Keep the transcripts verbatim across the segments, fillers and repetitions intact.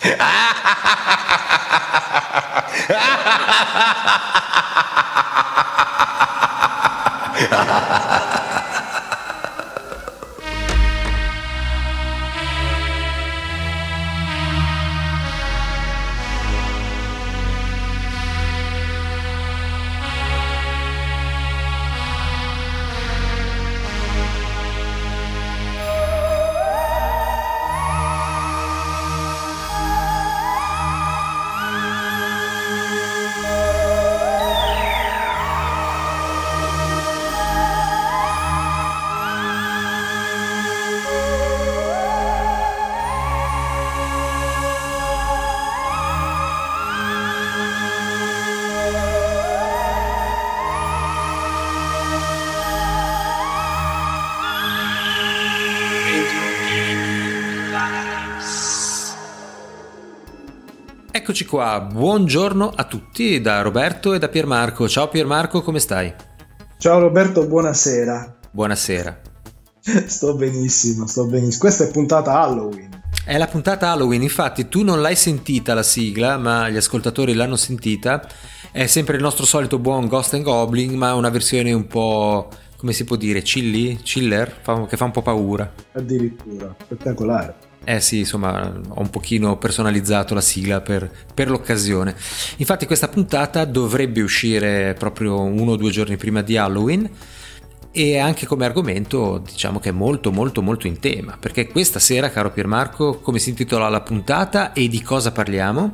Eccoci qua, buongiorno a tutti da Roberto e da Piermarco. Ciao Piermarco, come stai? Ciao Roberto, buonasera. Buonasera. Sto benissimo, sto benissimo. Questa è puntata Halloween. È la puntata Halloween, infatti tu non l'hai sentita la sigla, ma gli ascoltatori l'hanno sentita. È sempre il nostro solito buon Ghost and Goblin, ma una versione un po', come si può dire, chilly, chiller, che fa un po' paura. Addirittura, spettacolare. Eh sì, insomma, ho un pochino personalizzato la sigla per, per l'occasione. Infatti questa puntata dovrebbe uscire proprio uno o due giorni prima di Halloween e anche come argomento diciamo che è molto molto molto in tema, perché questa sera, caro Piermarco, come si intitola la puntata e di cosa parliamo?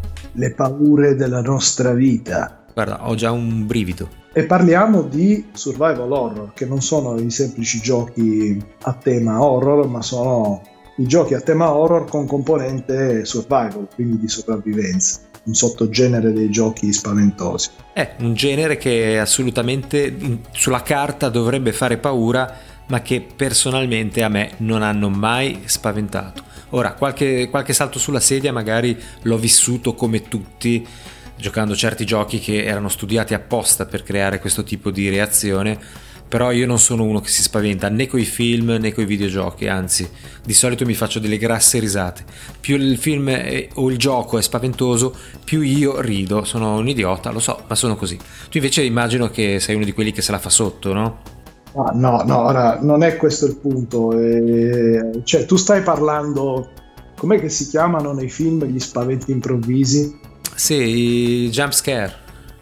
Le paure della nostra vita. Guarda, ho già un brivido. E parliamo di survival horror, che non sono i semplici giochi a tema horror, ma sono i giochi a tema horror con componente survival, quindi di sopravvivenza, un sottogenere dei giochi spaventosi. È un genere che assolutamente sulla carta dovrebbe fare paura, ma che personalmente a me non hanno mai spaventato. Ora, qualche, qualche salto sulla sedia magari l'ho vissuto come tutti, giocando certi giochi che erano studiati apposta per creare questo tipo di reazione. Però io non sono uno che si spaventa né coi film né coi videogiochi, anzi di solito mi faccio delle grasse risate. Più il film è, o il gioco è spaventoso, più io rido. Sono un idiota, lo so, ma sono così. Tu invece immagino che sei uno di quelli che se la fa sotto, no? Ah, no, no, ora non è questo il punto. Eh, cioè tu stai parlando, com'è che si chiamano nei film gli spaventi improvvisi? Sì, i jump scare.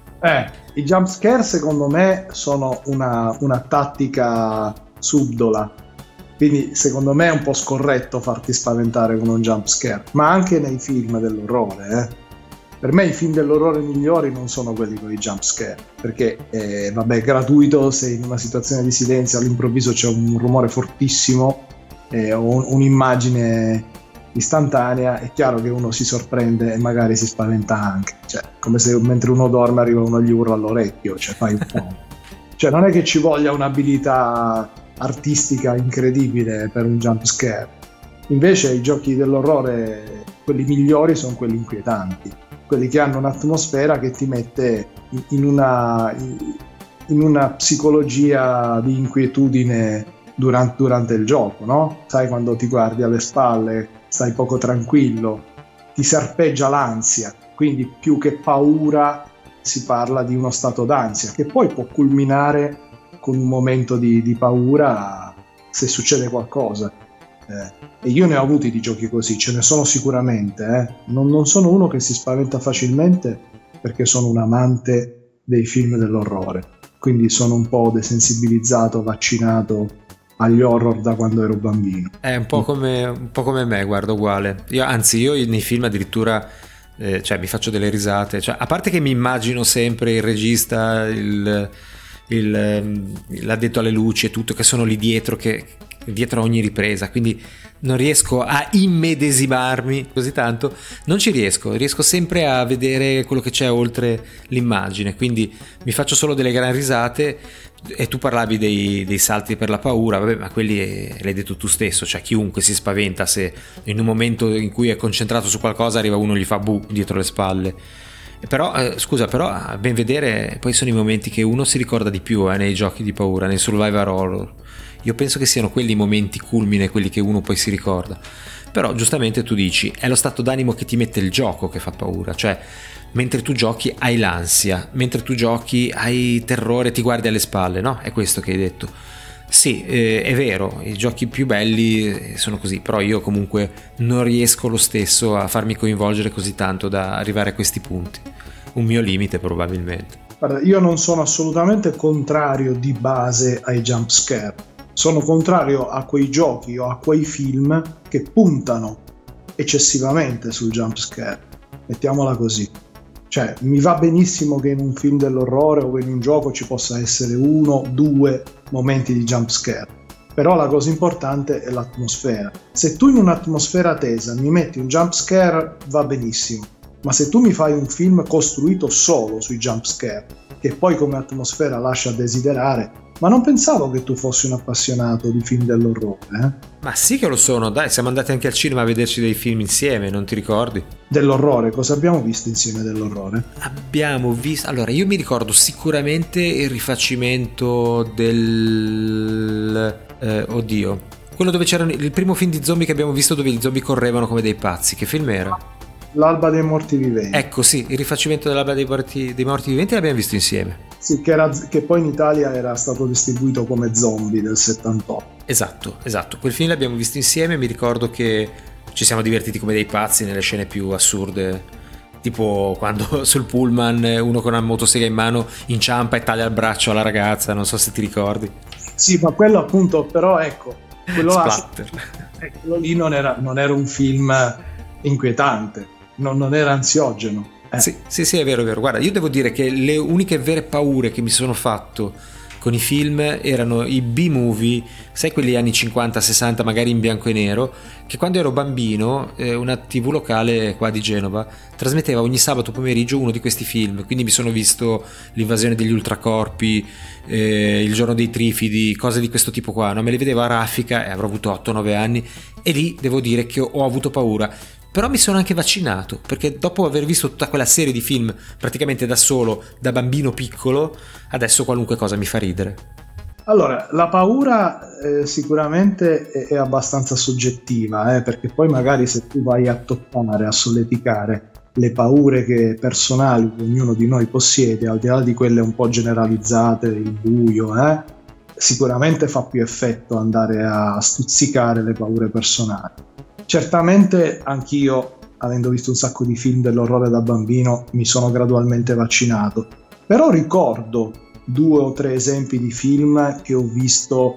Eh, i jump scare secondo me sono una, una tattica subdola, quindi secondo me è un po' scorretto farti spaventare con un jump scare, ma anche nei film dell'orrore. Eh. Per me i film dell'orrore migliori non sono quelli con i jump scare, perché eh, vabbè, gratuito, se in una situazione di silenzio all'improvviso c'è un rumore fortissimo eh, o un'immagine istantanea, è chiaro che uno si sorprende e magari si spaventa anche, cioè come se mentre uno dorme arriva uno e gli urla all'orecchio, cioè fai un po'. Cioè non è che ci voglia un'abilità artistica incredibile per un jump scare. Invece i giochi dell'orrore, quelli migliori, sono quelli inquietanti, quelli che hanno un'atmosfera che ti mette in una, in una psicologia di inquietudine durante, durante il gioco, no? Sai, quando ti guardi alle spalle stai poco tranquillo, ti serpeggia l'ansia, quindi più che paura si parla di uno stato d'ansia che poi può culminare con un momento di, di paura se succede qualcosa. Eh, e io ne ho avuti di giochi così, ce ne sono sicuramente. Eh. Non, non sono uno che si spaventa facilmente perché sono un amante dei film dell'orrore, quindi sono un po' desensibilizzato, vaccinato agli horror da quando ero bambino. È un po' come, un po' come me, guarda, uguale. Io, anzi, io nei film addirittura eh, cioè, mi faccio delle risate. Cioè, a parte che mi immagino sempre il regista, il, il, l'addetto alle luci e tutto, che sono lì dietro, che dietro a ogni ripresa, quindi non riesco a immedesimarmi così tanto, non ci riesco, riesco sempre a vedere quello che c'è oltre l'immagine, quindi mi faccio solo delle gran risate. E tu parlavi dei, dei salti per la paura, vabbè, ma quelli è, l'hai detto tu stesso, cioè chiunque si spaventa se in un momento in cui è concentrato su qualcosa arriva uno e gli fa bu dietro le spalle. E però eh, scusa, però a ben vedere poi sono i momenti che uno si ricorda di più eh, nei giochi di paura, nei survival horror. Io penso che siano quelli i momenti culmine, quelli che uno poi si ricorda. Però giustamente tu dici, è lo stato d'animo che ti mette il gioco che fa paura, cioè mentre tu giochi hai l'ansia, mentre tu giochi hai terrore, ti guardi alle spalle, no? È questo che hai detto. Sì, eh, è vero, i giochi più belli sono così, però io comunque non riesco lo stesso a farmi coinvolgere così tanto da arrivare a questi punti. Un mio limite probabilmente. Guarda, io non sono assolutamente contrario di base ai jump scare. Sono contrario a quei giochi o a quei film che puntano eccessivamente sul jump scare. Mettiamola così. Cioè, mi va benissimo che in un film dell'orrore o in un gioco ci possa essere uno, due momenti di jump scare. Però la cosa importante è l'atmosfera. Se tu in un'atmosfera tesa mi metti un jump scare, va benissimo. Ma se tu mi fai un film costruito solo sui jump scare, che poi come atmosfera lascia a desiderare, ma non pensavo che tu fossi un appassionato di film dell'orrore, eh? Ma sì che lo sono, dai, siamo andati anche al cinema a vederci dei film insieme, non ti ricordi? Dell'orrore, cosa abbiamo visto insieme dell'orrore? Abbiamo visto, allora io mi ricordo sicuramente il rifacimento del... Eh, oddio, quello dove c'era il primo film di zombie che abbiamo visto dove gli zombie correvano come dei pazzi, che film era? L'Alba dei Morti Viventi. Ecco, sì, il rifacimento dell'Alba dei Morti, dei Morti Viventi l'abbiamo visto insieme. Sì, che, era, che poi in Italia era stato distribuito come Zombie del settantotto. Esatto, esatto, quel film l'abbiamo visto insieme, mi ricordo che ci siamo divertiti come dei pazzi nelle scene più assurde, tipo quando sul pullman uno con una motosega in mano inciampa e taglia il braccio alla ragazza, non so se ti ricordi. Sì, ma quello appunto, però ecco, quello, Splatter. là, eh, quello lì non era, non era un film inquietante, non, non era ansiogeno. Eh. Sì, sì, sì, è vero, è vero. Guarda, io devo dire che le uniche vere paure che mi sono fatto con i film erano i B-movie, sai, quelli anni cinquanta sessanta, magari in bianco e nero, che quando ero bambino eh, una tivù locale qua di Genova trasmetteva ogni sabato pomeriggio uno di questi film, quindi mi sono visto L'invasione degli ultracorpi, eh, Il giorno dei trifidi, cose di questo tipo qua, no? Me le vedevo a raffica e avrò avuto otto nove anni e lì devo dire che ho avuto paura. Però mi sono anche vaccinato, perché dopo aver visto tutta quella serie di film praticamente da solo, da bambino piccolo, adesso qualunque cosa mi fa ridere. Allora, la paura eh, sicuramente è, è abbastanza soggettiva, eh, perché poi magari se tu vai a toccare, a solleticare le paure che personali che ognuno di noi possiede, al di là di quelle un po' generalizzate, il buio, eh, sicuramente fa più effetto andare a stuzzicare le paure personali. Certamente anch'io, avendo visto un sacco di film dell'orrore da bambino, mi sono gradualmente vaccinato, però ricordo due o tre esempi di film che ho visto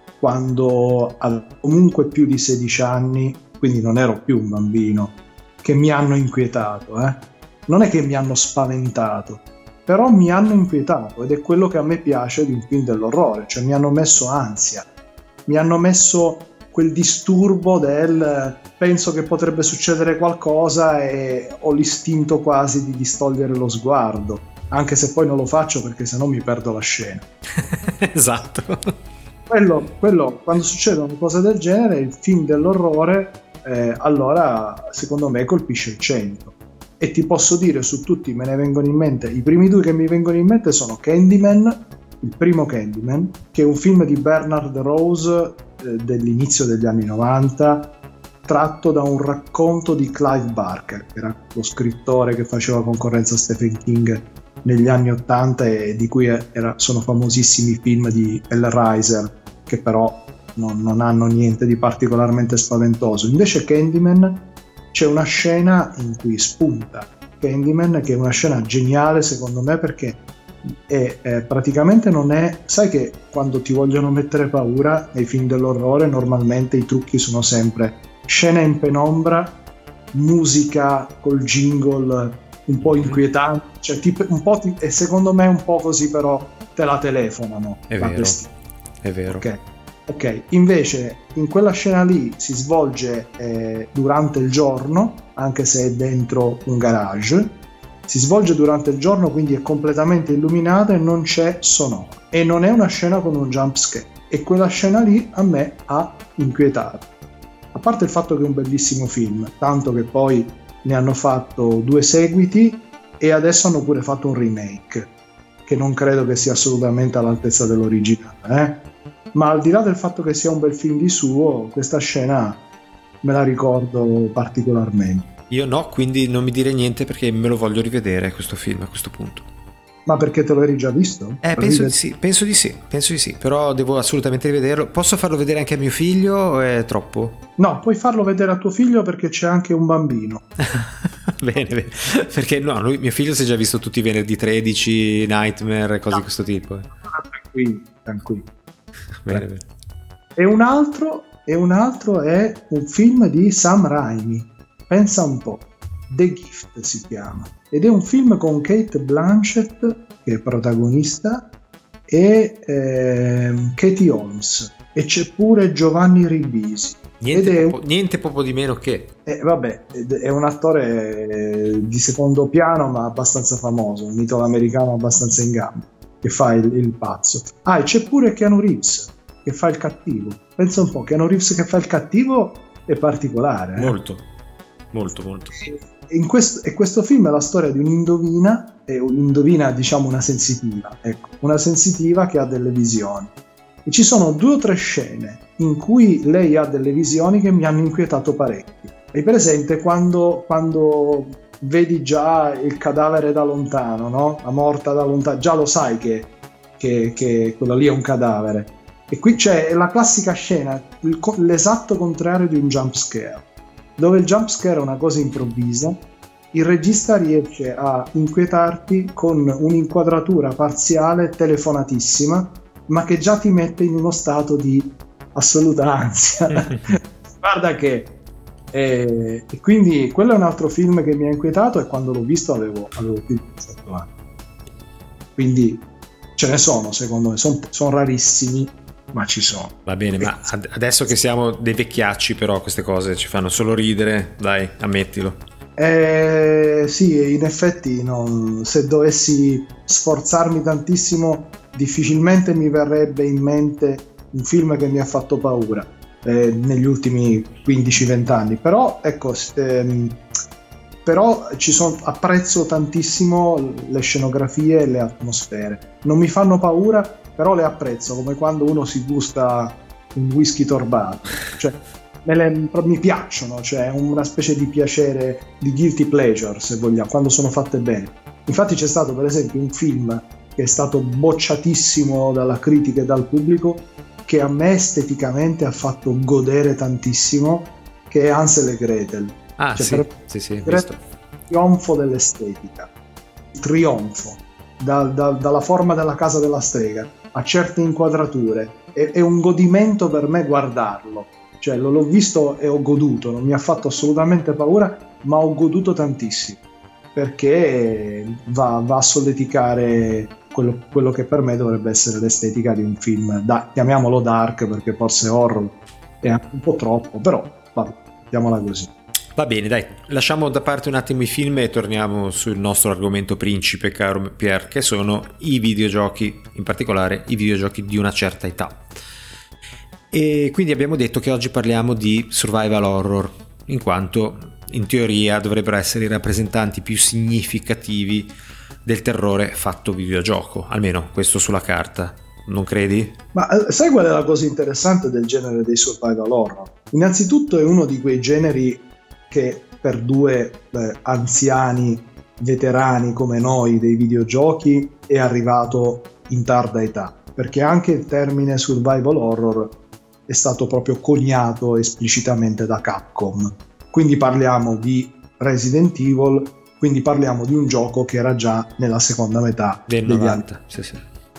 quando avevo comunque più di sedici anni, quindi non ero più un bambino, che mi hanno inquietato, eh? Non è che mi hanno spaventato, però mi hanno inquietato, ed è quello che a me piace di un film dell'orrore, cioè mi hanno messo ansia, mi hanno messo quel disturbo del penso che potrebbe succedere qualcosa e ho l'istinto quasi di distogliere lo sguardo, anche se poi non lo faccio perché sennò mi perdo la scena. Esatto. Quello, quello, quando succedono cose del genere, il film dell'orrore, eh, allora secondo me colpisce il cento. E ti posso dire, su tutti me ne vengono in mente, i primi due che mi vengono in mente sono Candyman, il primo Candyman, che è un film di Bernard Rose eh, dell'inizio degli anni novanta, tratto da un racconto di Clive Barker, che era lo scrittore che faceva concorrenza a Stephen King negli anni ottanta e di cui era, sono famosissimi i film di Hellraiser, che però non, non hanno niente di particolarmente spaventoso. Invece Candyman, c'è una scena in cui spunta Candyman, che è una scena geniale secondo me, perché è, è, praticamente non è, sai che quando ti vogliono mettere paura nei film dell'orrore normalmente i trucchi sono sempre scena in penombra, musica col jingle un po' inquietante, cioè tipo, un po' ti, e secondo me un po' così, però te la telefonano. È vero, questi. È vero. Ok, ok. Invece in quella scena lì si svolge eh, durante il giorno, anche se è dentro un garage, si svolge durante il giorno, quindi è completamente illuminata e non c'è sonoro. E non è una scena con un jump scare. E quella scena lì a me ha inquietato. A parte il fatto che è un bellissimo film, tanto che poi ne hanno fatto due seguiti e adesso hanno pure fatto un remake, che non credo che sia assolutamente all'altezza dell'originale, eh? Ma al di là del fatto che sia un bel film di suo, questa scena me la ricordo particolarmente. Io no, quindi non mi dire niente perché me lo voglio rivedere questo film a questo punto. Ma perché te lo eri già visto? Eh, penso di sì, penso di sì, penso di sì, però devo assolutamente rivederlo. Posso farlo vedere anche a mio figlio o è troppo? No, puoi farlo vedere a tuo figlio perché c'è anche un bambino. Bene, bene, perché no, lui, mio figlio si è già visto tutti i venerdì tredici, Nightmare, cose no. di questo tipo. Tranquillo, tranquillo. Bene, bene. E un altro, e un altro è un film di Sam Raimi. Pensa un po', The Gift si chiama, ed è un film con Cate Blanchett che è protagonista e ehm, Katie Holmes, e c'è pure Giovanni Ribisi. Niente, ed è, poco, niente poco di meno che eh, vabbè, è un attore di secondo piano ma abbastanza famoso, un italo-americano abbastanza in gamba, che fa il, il pazzo. Ah, e c'è pure Keanu Reeves che fa il cattivo. Pensa un po', Keanu Reeves che fa il cattivo è particolare, eh? molto molto molto. In questo, e questo film è la storia di un'indovina, e un'indovina diciamo una sensitiva, ecco, una sensitiva che ha delle visioni. E ci sono due o tre scene in cui lei ha delle visioni che mi hanno inquietato parecchio. Hai presente quando, quando vedi già il cadavere da lontano, no? La morta da lontano, già lo sai che, che, che quello lì è un cadavere. E qui c'è la classica scena, il, l'esatto contrario di un jump scare, dove il jump scare è una cosa improvvisa, il regista riesce a inquietarti con un'inquadratura parziale telefonatissima, ma che già ti mette in uno stato di assoluta ansia. Guarda che eh, e quindi quello è un altro film che mi ha inquietato, e quando l'ho visto avevo, avevo più di diciotto anni. Quindi ce ne sono, secondo me, sono son rarissimi, ma ci sono. Va bene, ma ad- adesso che siamo dei vecchiacci, però queste cose ci fanno solo ridere, dai, ammettilo. Eh, sì, in effetti non, se dovessi sforzarmi tantissimo difficilmente mi verrebbe in mente un film che mi ha fatto paura eh, negli ultimi quindici venti anni, però ecco ehm, però ci sono, apprezzo tantissimo le scenografie e le atmosfere, non mi fanno paura però le apprezzo, come quando uno si gusta un whisky torbato, cioè me le, mi piacciono, cioè una specie di piacere, di guilty pleasure se vogliamo, quando sono fatte bene. Infatti c'è stato per esempio un film che è stato bocciatissimo dalla critica e dal pubblico, che a me esteticamente ha fatto godere tantissimo, che è Hansel e Gretel. Ah, cioè, sì, per sì, sì, Gretel, visto. Il trionfo dell'estetica, il trionfo da, da, dalla forma della casa della strega a certe inquadrature, è, è un godimento per me guardarlo, cioè l'ho visto e ho goduto, non mi ha fatto assolutamente paura, ma ho goduto tantissimo, perché va, va a solleticare quello, quello che per me dovrebbe essere l'estetica di un film, da, chiamiamolo dark, perché forse horror è anche un po' troppo, però vabbè, mettiamola così. Va bene, dai, lasciamo da parte un attimo i film e torniamo sul nostro argomento principe, caro Pier, che sono i videogiochi, in particolare i videogiochi di una certa età. E quindi abbiamo detto che oggi parliamo di survival horror, in quanto in teoria dovrebbero essere i rappresentanti più significativi del terrore fatto videogioco, almeno questo sulla carta, non credi? Ma sai qual è la cosa interessante del genere dei survival horror? Innanzitutto è uno di quei generi che per due eh, anziani veterani come noi dei videogiochi è arrivato in tarda età, perché anche il termine survival horror è stato proprio coniato esplicitamente da Capcom. Quindi parliamo di Resident Evil, quindi parliamo di un gioco che era già nella seconda metà del degli novanta, anni. sì, sì.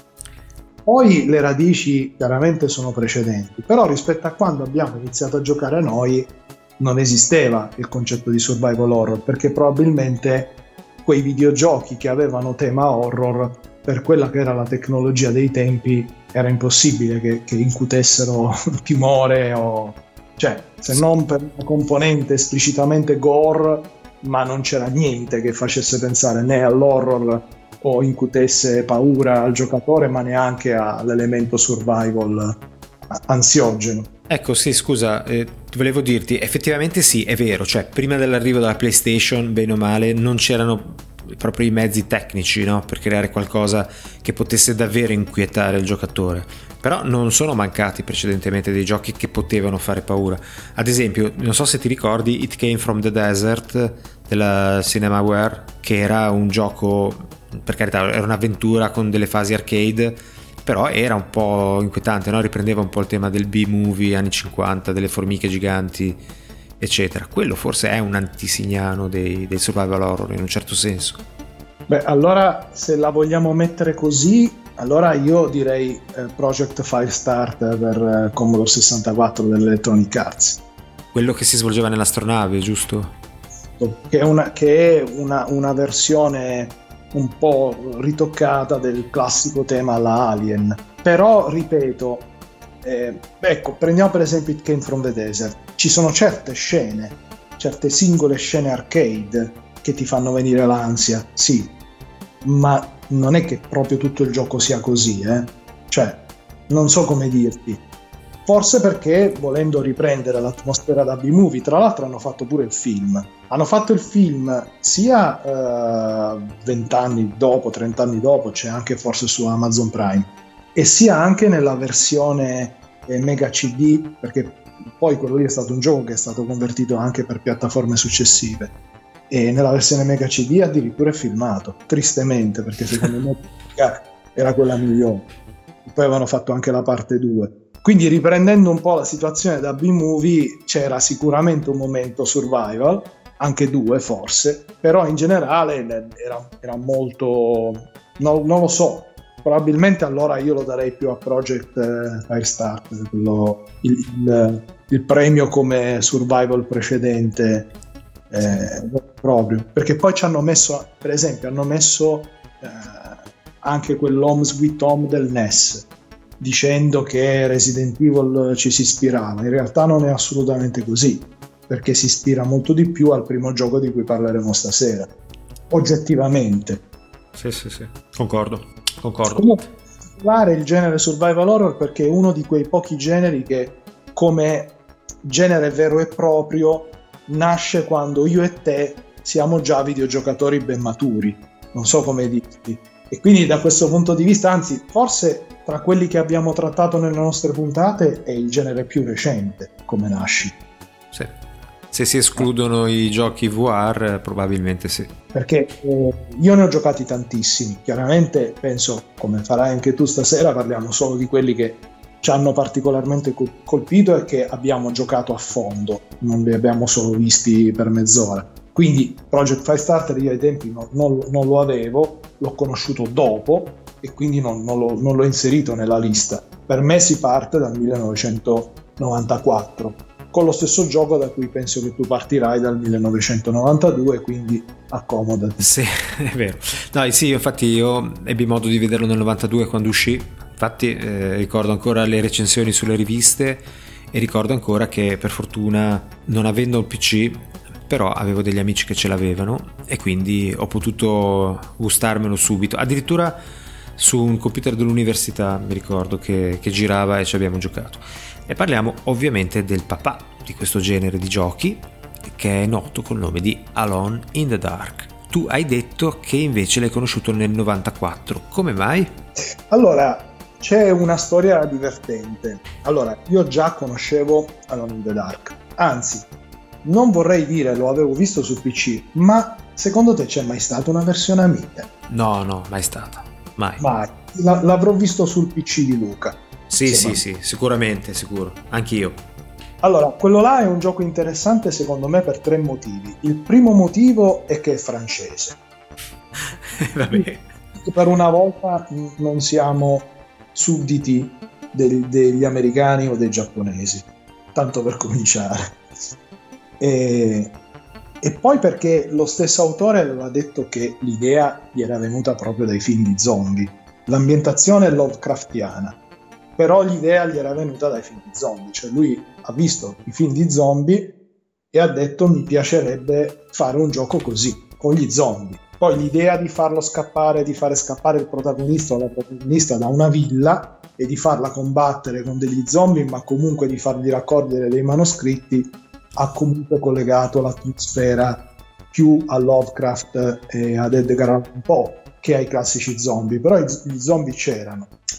Poi le radici chiaramente sono precedenti, però rispetto a quando abbiamo iniziato a giocare noi non esisteva il concetto di survival horror, perché probabilmente quei videogiochi che avevano tema horror, per quella che era la tecnologia dei tempi, era impossibile che, che incutessero timore, o cioè se non per una componente esplicitamente gore, ma non c'era niente che facesse pensare né all'horror o incutesse paura al giocatore, ma neanche all'elemento survival ansiogeno. Ecco, sì, scusa, eh, volevo dirti, effettivamente sì, è vero, cioè prima dell'arrivo della PlayStation, bene o male, non c'erano proprio i mezzi tecnici, no? Per creare qualcosa che potesse davvero inquietare il giocatore. però non sono mancati precedentemente dei giochi che potevano fare paura. Ad esempio, non so se ti ricordi It Came From The Desert della Cinemaware, che era un gioco, per carità, era un'avventura con delle fasi arcade, però era un po' inquietante, no? Riprendeva un po' il tema del B-movie anni cinquanta, delle formiche giganti, eccetera. Quello forse è un antisignano dei, dei survival horror in un certo senso. Beh, allora se la vogliamo mettere così, allora io direi eh, Project Firestarter per eh, Commodore sessantaquattro dell'Electronic Arts. Quello che si svolgeva nell'astronave, giusto? Che è una, che è una, una versione un po' ritoccata del classico tema alla Alien. Però, ripeto, eh, ecco, prendiamo per esempio It Came From The Desert. Ci sono certe scene, certe singole scene arcade che ti fanno venire l'ansia, sì, ma non è che proprio tutto il gioco sia così, eh? Cioè, non so come dirti. Forse perché volendo riprendere l'atmosfera da B-movie, tra l'altro hanno fatto pure il film. Hanno fatto il film sia vent'anni eh, dopo, trent'anni dopo, c'è anche forse su Amazon Prime, e sia anche nella versione eh, Mega C D, perché poi quello lì è stato un gioco che è stato convertito anche per piattaforme successive. E nella versione Mega C D addirittura è filmato, tristemente, perché secondo me era quella migliore. Poi avevano fatto anche la parte due. Quindi, riprendendo un po' la situazione da B-movie, c'era sicuramente un momento survival, anche due forse, però in generale era, era molto, no, non lo so, probabilmente allora io lo darei più a Project eh, Firestarter, quello, il, il, il premio come survival precedente. Eh, proprio perché poi ci hanno messo, per esempio hanno messo eh, anche quell'Home Sweet Home del N E S, dicendo che Resident Evil ci si ispirava. In realtà non è assolutamente così, perché si ispira molto di più al primo gioco di cui parleremo stasera, oggettivamente. Sì, sì, sì, concordo, concordo. Comunque, fare il genere survival horror perché è uno di quei pochi generi che, come genere vero e proprio, nasce quando io e te siamo già videogiocatori ben maturi, non so come dirti, e quindi da questo punto di vista, anzi forse tra quelli che abbiamo trattato nelle nostre puntate è il genere più recente come nasci. Sì. Se si escludono i giochi V R probabilmente sì, perché eh, io ne ho giocati tantissimi, chiaramente penso come farai anche tu stasera parliamo solo di quelli che ci hanno particolarmente colpito e che abbiamo giocato a fondo, non li abbiamo solo visti per mezz'ora. Quindi Project Firestarter io ai tempi non, non, non lo avevo, l'ho conosciuto dopo e quindi non, non, l'ho, non l'ho inserito nella lista. Per me si parte dal millenovecentonovantaquattro, con lo stesso gioco da cui penso che tu partirai dal millenovecentonovantadue, quindi accomodati. Sì, è vero. No, sì, infatti io ebbi modo di vederlo nel novantadue quando uscì. Infatti eh, ricordo ancora le recensioni sulle riviste e ricordo ancora che per fortuna, non avendo un P C, però avevo degli amici che ce l'avevano e quindi ho potuto gustarmelo subito, addirittura su un computer dell'università mi ricordo che, che girava e ci abbiamo giocato. E parliamo ovviamente del papà di questo genere di giochi, che è noto col nome di Alone in the Dark. Tu hai detto che invece l'hai conosciuto nel novantaquattro, come mai? Allora, c'è una storia divertente. Allora, io già conoscevo Alone in the Dark, anzi, non vorrei dire lo avevo visto su P C, ma secondo te c'è mai stata una versione Amiga? No, no, mai stata, mai. Mai. La, l'avrò visto sul P C di Luca. Sì, sì, sì, sicuramente, sicuro, anch'io. Allora, quello là è un gioco interessante secondo me per tre motivi. Il primo motivo è che è francese. Vabbè. Per una volta non siamo sudditi degli, degli americani o dei giapponesi, tanto per cominciare. E, e poi perché lo stesso autore aveva detto che l'idea gli era venuta proprio dai film di zombie. L'ambientazione è Lovecraftiana, però l'idea gli era venuta dai film di zombie, cioè lui ha visto i film di zombie e ha detto mi piacerebbe fare un gioco così, con gli zombie. Poi l'idea di farlo scappare, di fare scappare il protagonista o la protagonista da una villa e di farla combattere con degli zombie, ma comunque di fargli raccogliere dei manoscritti, ha comunque collegato l'atmosfera più a Lovecraft e ad Edgar Allan Poe che ai classici zombie, però gli zombie c'erano.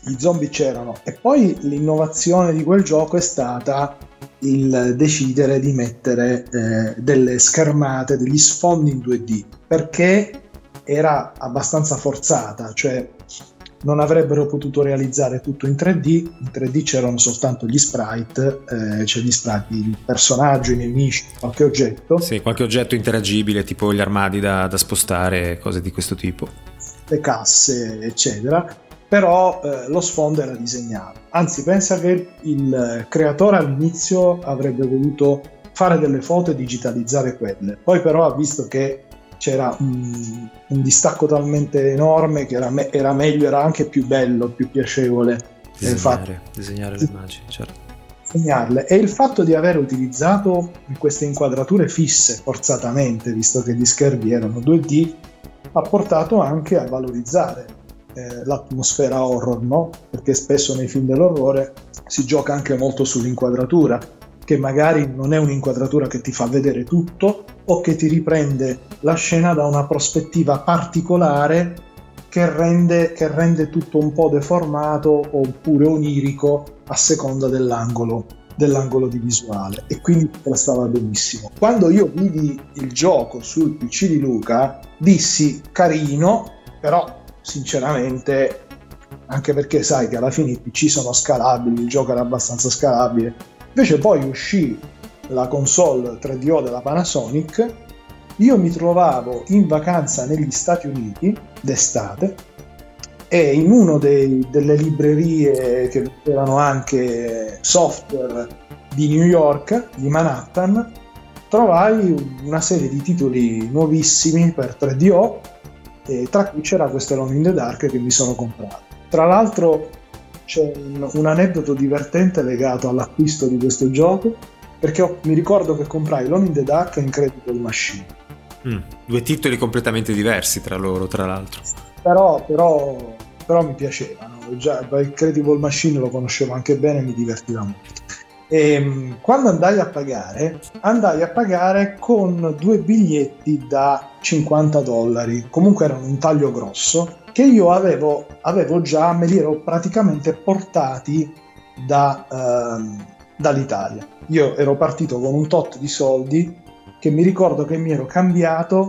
i zombie c'erano. E poi l'innovazione di quel gioco è stata il decidere di mettere eh, delle schermate, degli sfondi in due D, perché era abbastanza forzata, cioè non avrebbero potuto realizzare tutto in tre D. In tre D c'erano soltanto gli sprite, eh, cioè gli sprite, il personaggio, i nemici, qualche oggetto. Sì, qualche oggetto interagibile, tipo gli armadi da, da spostare, cose di questo tipo. Le casse, eccetera. Però eh, lo sfondo era disegnato. Anzi, pensa che il creatore all'inizio avrebbe voluto fare delle foto e digitalizzare quelle. Poi però ha visto che c'era un, un distacco talmente enorme che era, me- era meglio, era anche più bello, più piacevole disegnare, disegnare le immagini, certo. Disegnarle. E il fatto di aver utilizzato queste inquadrature fisse forzatamente, visto che gli schermi erano due D, ha portato anche a valorizzare eh, l'atmosfera horror, no? Perché spesso nei film dell'orrore si gioca anche molto sull'inquadratura, che magari non è un'inquadratura che ti fa vedere tutto o che ti riprende la scena da una prospettiva particolare che rende, che rende tutto un po' deformato oppure onirico a seconda dell'angolo, dell'angolo di visuale, e quindi stava benissimo. Quando io vidi il gioco sul P C di Luca dissi carino, però sinceramente, anche perché sai che alla fine i P C sono scalabili, il gioco era abbastanza scalabile. Invece poi uscì la console tre D O della Panasonic, io mi trovavo in vacanza negli Stati Uniti d'estate e in uno dei, delle librerie che erano anche software di New York, di Manhattan, trovai una serie di titoli nuovissimi per tre D O, e tra cui c'era questo Alone in the Dark che mi sono comprato. Tra l'altro c'è un, un aneddoto divertente legato all'acquisto di questo gioco, perché ho, mi ricordo che comprai Alone in the Dark e Incredible Machine. Mm, due titoli completamente diversi tra loro, tra l'altro. Però, però, però mi piacevano. Già Incredible Machine lo conoscevo anche bene, mi divertiva molto. E quando andai a pagare, andai a pagare con due biglietti da cinquanta dollari. Comunque erano un taglio grosso, che io avevo, avevo già, me li ero praticamente portati da, ehm, dall'Italia. Io ero partito con un tot di soldi che mi ricordo che mi ero cambiato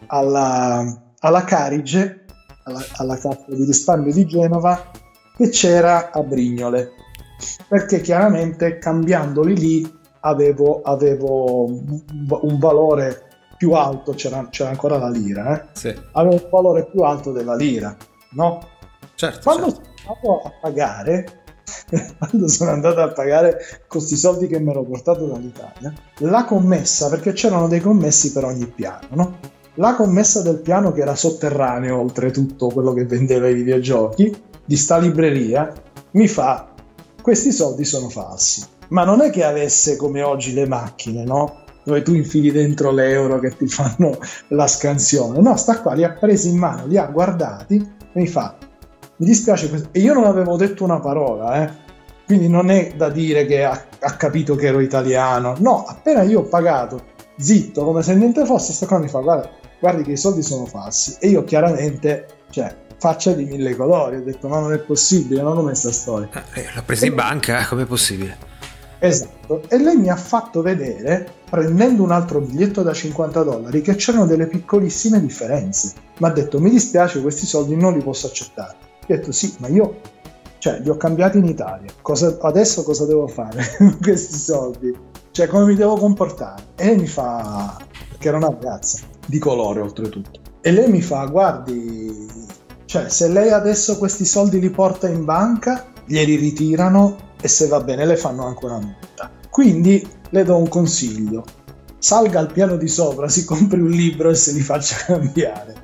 alla, alla Carige, alla, alla Cassa di Risparmio di Genova, che c'era a Brignole, perché chiaramente cambiandoli lì avevo, avevo un valore più alto, c'era, c'era ancora la lira, eh? Sì. Aveva un valore più alto della lira, no? Certo. Quando certo. sono andato a pagare, quando sono andato a pagare con questi soldi che mi ero portato dall'Italia, la commessa, perché c'erano dei commessi per ogni piano, no? La commessa del piano, che era sotterraneo, oltretutto quello che vendeva i videogiochi, di sta libreria, mi fa: questi soldi sono falsi. Ma non è che avesse come oggi le macchine, no? Dove tu infili dentro l'euro che ti fanno la scansione. No, sta qua, li ha presi in mano, li ha guardati e mi fa: mi dispiace, e io non avevo detto una parola, eh? Quindi non è da dire che ha, ha capito che ero italiano. No, appena io ho pagato, zitto, come se niente fosse, sto qua mi fa: guarda, guardi che i soldi sono falsi. E io chiaramente, cioè, faccia di mille colori, ho detto: ma non è possibile, non ho messo a storia. Eh, l'ho presa in banca, com'è possibile? Esatto, e lei mi ha fatto vedere, prendendo un altro biglietto da cinquanta dollari, che c'erano delle piccolissime differenze. Mi ha detto: mi dispiace, questi soldi non li posso accettare. Io ho detto: sì, ma io, cioè, li ho cambiati in Italia, cosa, adesso cosa devo fare con questi soldi? Cioè, come mi devo comportare? E lei mi fa, perché era una ragazza di colore oltretutto, e lei mi fa: guardi, cioè, se lei adesso questi soldi li porta in banca, glieli ritirano e se va bene le fanno anche una multa. Quindi le do un consiglio: salga al piano di sopra, si compri un libro e se li faccia cambiare.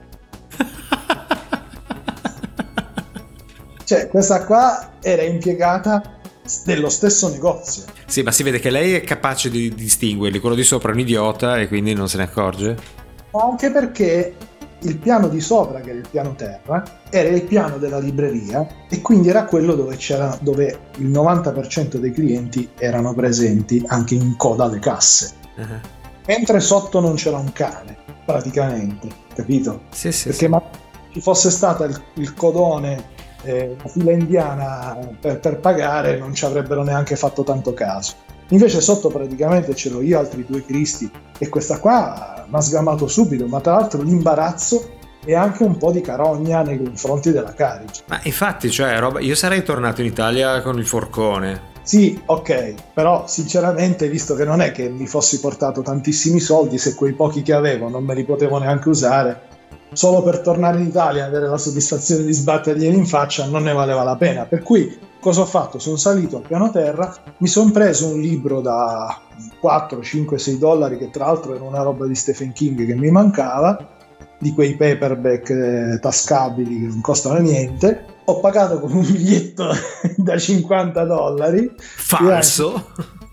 Cioè, questa qua era impiegata dello stesso negozio. Sì, ma si vede che lei è capace di distinguerli. Quello di sopra è un idiota e quindi non se ne accorge. Anche perché il piano di sopra, che era il piano terra, era il piano della libreria e quindi era quello dove c'era, dove il novanta per cento dei clienti erano presenti anche in coda alle casse. Uh-huh. Mentre sotto non c'era un cane, praticamente, capito? Sì, sì. Perché sì. ma ci fosse stato il, il codone eh, la fila indiana per, per pagare non ci avrebbero neanche fatto tanto caso. Invece sotto praticamente ce l'ho io, altri due Cristi, e questa qua mi ha sgamato subito, ma tra l'altro l'imbarazzo e anche un po' di carogna nei confronti della Carige. Ma infatti, cioè, roba, io sarei tornato in Italia con il forcone. Sì, ok, però sinceramente, visto che non è che mi fossi portato tantissimi soldi, se quei pochi che avevo non me li potevo neanche usare, solo per tornare in Italia e avere la soddisfazione di sbatterglieli in faccia, non ne valeva la pena. Per cui cosa ho fatto? Sono salito al piano terra, mi sono preso un libro da quattro, cinque, sei dollari, che tra l'altro era una roba di Stephen King che mi mancava, di quei paperback eh, tascabili che non costano niente. Ho pagato con un biglietto da cinquanta dollari. Falso?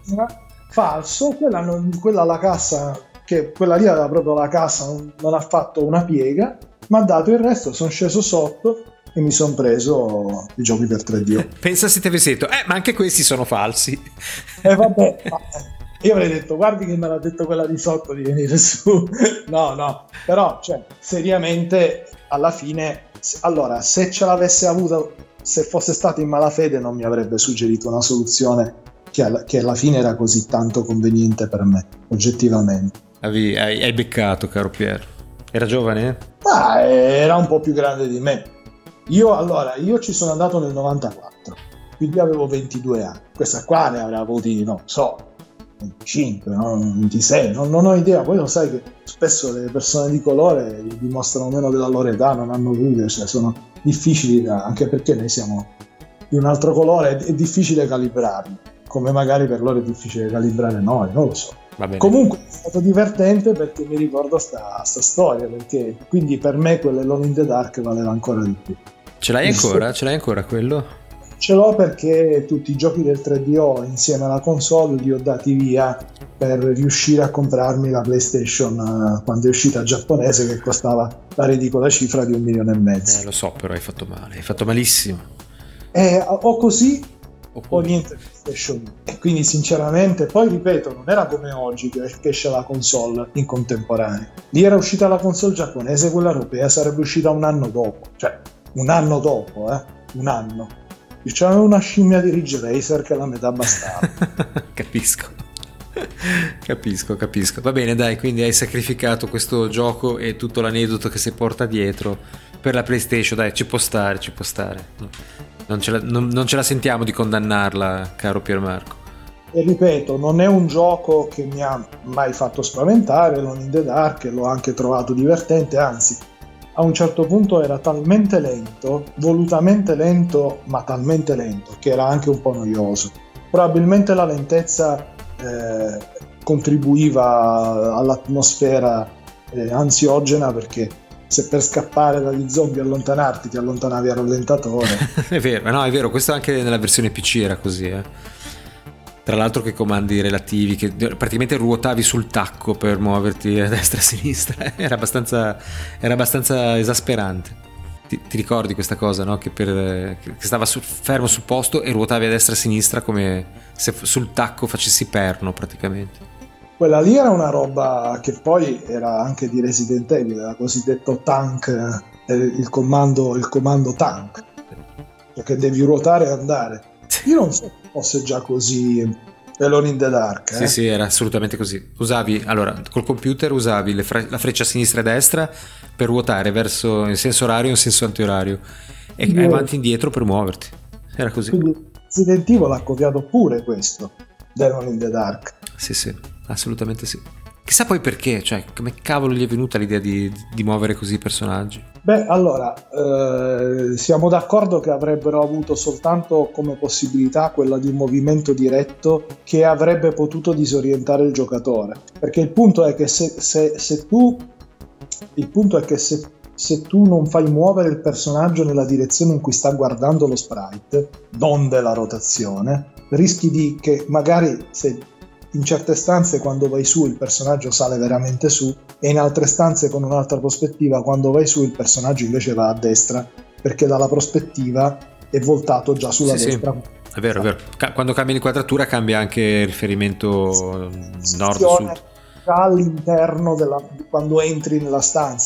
Falso, quella, non, quella alla cassa, che quella lì era proprio la cassa, non, non ha fatto una piega, mi ha dato il resto, sono sceso sotto e mi sono preso i giochi per tre D O. Pensa se ti avessi detto, eh ma anche questi sono falsi. E eh, vabbè, ma io avrei detto, guardi che me l'ha detto quella di sotto di venire su. No, no, però, cioè, seriamente, alla fine, allora, se ce l'avesse avuto, se fosse stato in malafede, non mi avrebbe suggerito una soluzione che alla, che alla fine era così tanto conveniente per me, oggettivamente. Hai, hai beccato, caro Pier. Era giovane? Ah, era un po' più grande di me. Io, allora, io ci sono andato nel novantaquattro, quindi avevo ventidue anni. Questa qua ne avrà avuti, non so, venticinque, no? ventisei, non, non ho idea. Poi lo sai che spesso le persone di colore dimostrano meno della loro età, non hanno rughe, cioè sono difficili da, anche perché noi siamo di un altro colore, è, è difficile calibrarli, come magari per loro è difficile calibrare noi, non lo so. Comunque è stato divertente perché mi ricordo sta, sta storia, perché quindi per me quello Alone in the Dark valeva ancora di più. Ce l'hai ancora? Ce l'hai ancora quello? Ce l'ho perché tutti i giochi del tre D O insieme alla console li ho dati via per riuscire a comprarmi la PlayStation quando è uscita giapponese, che costava la ridicola cifra di un milione e mezzo. Eh, lo so, però hai fatto male, hai fatto malissimo. Eh, o così o, o niente PlayStation. E quindi sinceramente, poi ripeto, non era come oggi che esce la console in contemporanea. Lì era uscita la console giapponese, quella europea sarebbe uscita un anno dopo. Cioè, un anno dopo, eh? Un anno. C'era una scimmia di Ridge Racer che la metà bastava. Capisco. Capisco, capisco. Va bene, dai, quindi hai sacrificato questo gioco e tutto l'aneddoto che si porta dietro per la PlayStation. Dai, ci può stare, ci può stare. Non ce la, non, non ce la sentiamo di condannarla, caro Piermarco. E ripeto, non è un gioco che mi ha mai fatto spaventare, Alone in the Dark, l'ho anche trovato divertente, anzi a un certo punto era talmente lento, volutamente lento, ma talmente lento, che era anche un po' noioso. Probabilmente la lentezza eh, contribuiva all'atmosfera eh, ansiogena, perché se per scappare dagli zombie allontanarti ti allontanavi al rallentatore. È vero, no, è vero, questo anche nella versione P C era così, eh. Tra l'altro che comandi relativi, che praticamente ruotavi sul tacco per muoverti a destra e a sinistra, era abbastanza, era abbastanza esasperante. Ti, ti ricordi questa cosa, no? Che, per, che stava sul, fermo sul posto e ruotavi a destra e a sinistra come se sul tacco facessi perno praticamente. Quella lì era una roba che poi era anche di Resident Evil, il cosiddetto tank, eh, il comando, il comando tank, che devi ruotare e andare. Io non so se fosse già così Alone in the Dark. Sì, eh? sì, era assolutamente così. Usavi, allora, col computer usavi le fre- la freccia a sinistra e a destra per ruotare verso in senso orario e in senso antiorario, e Io... avanti e indietro per muoverti. Era così. Quindi Resident Evil ha copiato pure questo, Alone in the Dark. Sì, sì, assolutamente sì. Chissà poi perché, cioè, come cavolo gli è venuta l'idea di, di muovere così i personaggi? Beh, allora, eh, siamo d'accordo che avrebbero avuto soltanto come possibilità quella di un movimento diretto che avrebbe potuto disorientare il giocatore. Perché il punto è che se, se, se tu il punto è che se, se tu non fai muovere il personaggio nella direzione in cui sta guardando lo sprite, donde la rotazione, rischi di che magari se in certe stanze quando vai su il personaggio sale veramente su, e in altre stanze con un'altra prospettiva quando vai su il personaggio invece va a destra, perché dalla prospettiva è voltato già sulla sì, destra. Sì. È vero, è vero. Quando cambia l'inquadratura cambia anche il riferimento nord-sud. All'interno della, quando entri nella stanza.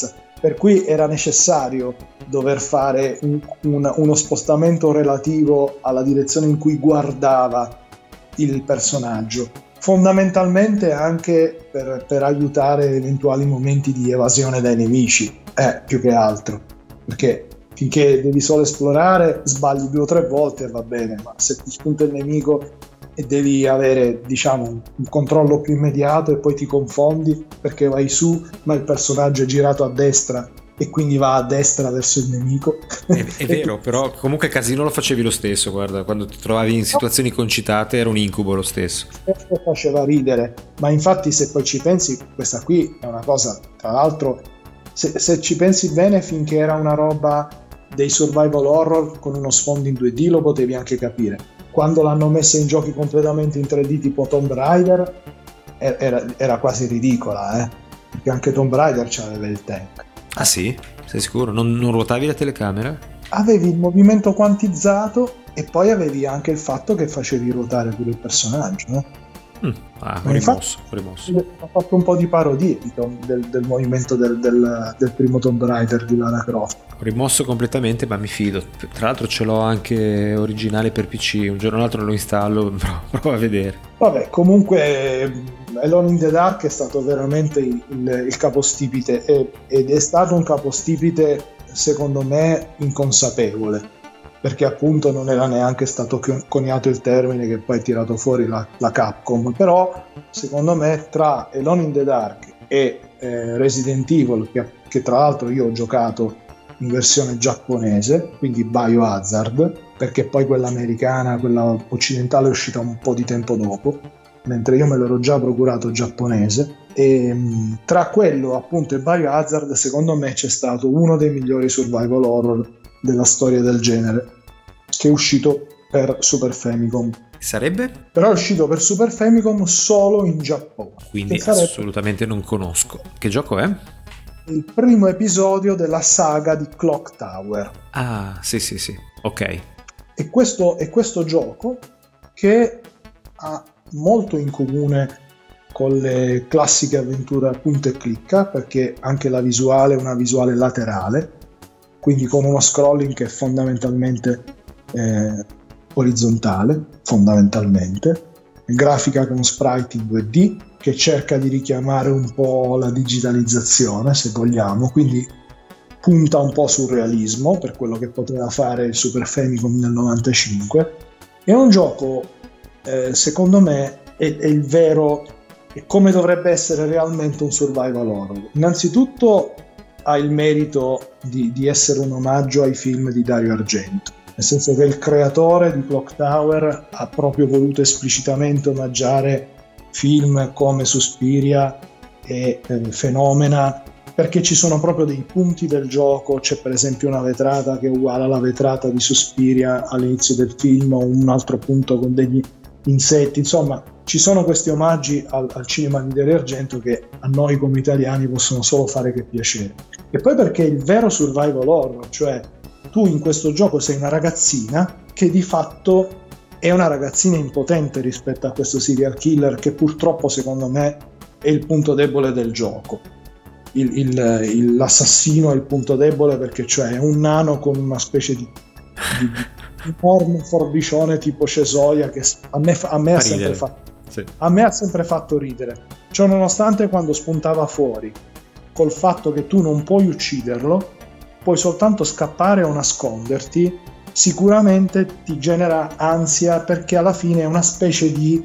per cui era necessario dover fare un, un, uno spostamento relativo alla direzione in cui guardava il personaggio, fondamentalmente anche per, per aiutare eventuali momenti di evasione dai nemici, eh, più che altro, perché finché devi solo esplorare sbagli due o tre volte e va bene, ma se ti spunta il nemico e devi avere, diciamo, un controllo più immediato e poi ti confondi perché vai su ma il personaggio è girato a destra e quindi va a destra verso il nemico. È, è vero, però comunque casino lo facevi lo stesso, guarda, quando ti trovavi in situazioni concitate era un incubo lo stesso. Questo faceva ridere, ma infatti se poi ci pensi, questa qui è una cosa, tra l'altro, se, se ci pensi bene, finché era una roba dei survival horror con uno sfondo in due D lo potevi anche capire. Quando l'hanno messa in giochi completamente in tre D tipo Tomb Raider era, era quasi ridicola, eh? Perché anche Tomb Raider c'aveva il tank. Ah sì? Sei sicuro? Non, non ruotavi la telecamera? Avevi il movimento quantizzato e poi avevi anche il fatto che facevi ruotare pure il personaggio, eh? Mm, ah, ho rimosso, ho rimosso. Ho fatto un po' di parodie del, del movimento del, del, del primo Tomb Raider di Lara Croft. Ho rimosso completamente, ma mi fido. Tra l'altro ce l'ho anche originale per P C, un giorno o l'altro lo installo, provo a vedere. Vabbè, comunque Alone in the Dark è stato veramente il, il, il capostipite ed è stato un capostipite secondo me inconsapevole, perché appunto non era neanche stato coniato il termine che poi ha tirato fuori la, la Capcom, però secondo me tra Alone in the Dark e eh, Resident Evil, che, che tra l'altro io ho giocato in versione giapponese, quindi Biohazard, perché poi quella americana, quella occidentale è uscita un po' di tempo dopo, mentre io me l'ero già procurato giapponese, e mh, tra quello appunto e Biohazard secondo me c'è stato uno dei migliori survival horror della storia del genere, che è uscito per Super Famicom. Sarebbe? Però è uscito per Super Famicom solo in Giappone. Quindi assolutamente non conosco. Che gioco è? Il primo episodio della saga di Clock Tower. Ah, sì sì sì, ok. E questo è questo gioco che ha molto in comune con le classiche avventure punta e clicca, perché anche la visuale è una visuale laterale, quindi con uno scrolling che è fondamentalmente eh, orizzontale, fondamentalmente, grafica con sprite in due D che cerca di richiamare un po' la digitalizzazione, se vogliamo, quindi punta un po' sul realismo per quello che poteva fare il Super Famicom nel novantacinque. È un gioco, eh, secondo me, è, è il vero, è come dovrebbe essere realmente un survival horror. Innanzitutto ha il merito di, di essere un omaggio ai film di Dario Argento, nel senso che il creatore di Clock Tower ha proprio voluto esplicitamente omaggiare film come Suspiria e eh, Phenomena, perché ci sono proprio dei punti del gioco. C'è per esempio una vetrata che è uguale alla vetrata di Suspiria all'inizio del film, o un altro punto con degli insetti, insomma ci sono questi omaggi al, al cinema di Dario Argento che a noi come italiani possono solo fare che piacere. E poi perché il vero survival horror, cioè tu in questo gioco sei una ragazzina che di fatto è una ragazzina impotente rispetto a questo serial killer, che purtroppo secondo me è il punto debole del gioco. Il, il, il, l'assassino è il punto debole, perché cioè è un nano con una specie di, di, di enorme forbicione tipo cesoia che a me, a me ha sempre fatto sì. a me ha sempre fatto ridere, cioè nonostante quando spuntava fuori col fatto che tu non puoi ucciderlo, puoi soltanto scappare o nasconderti, sicuramente ti genera ansia, perché alla fine è una specie di,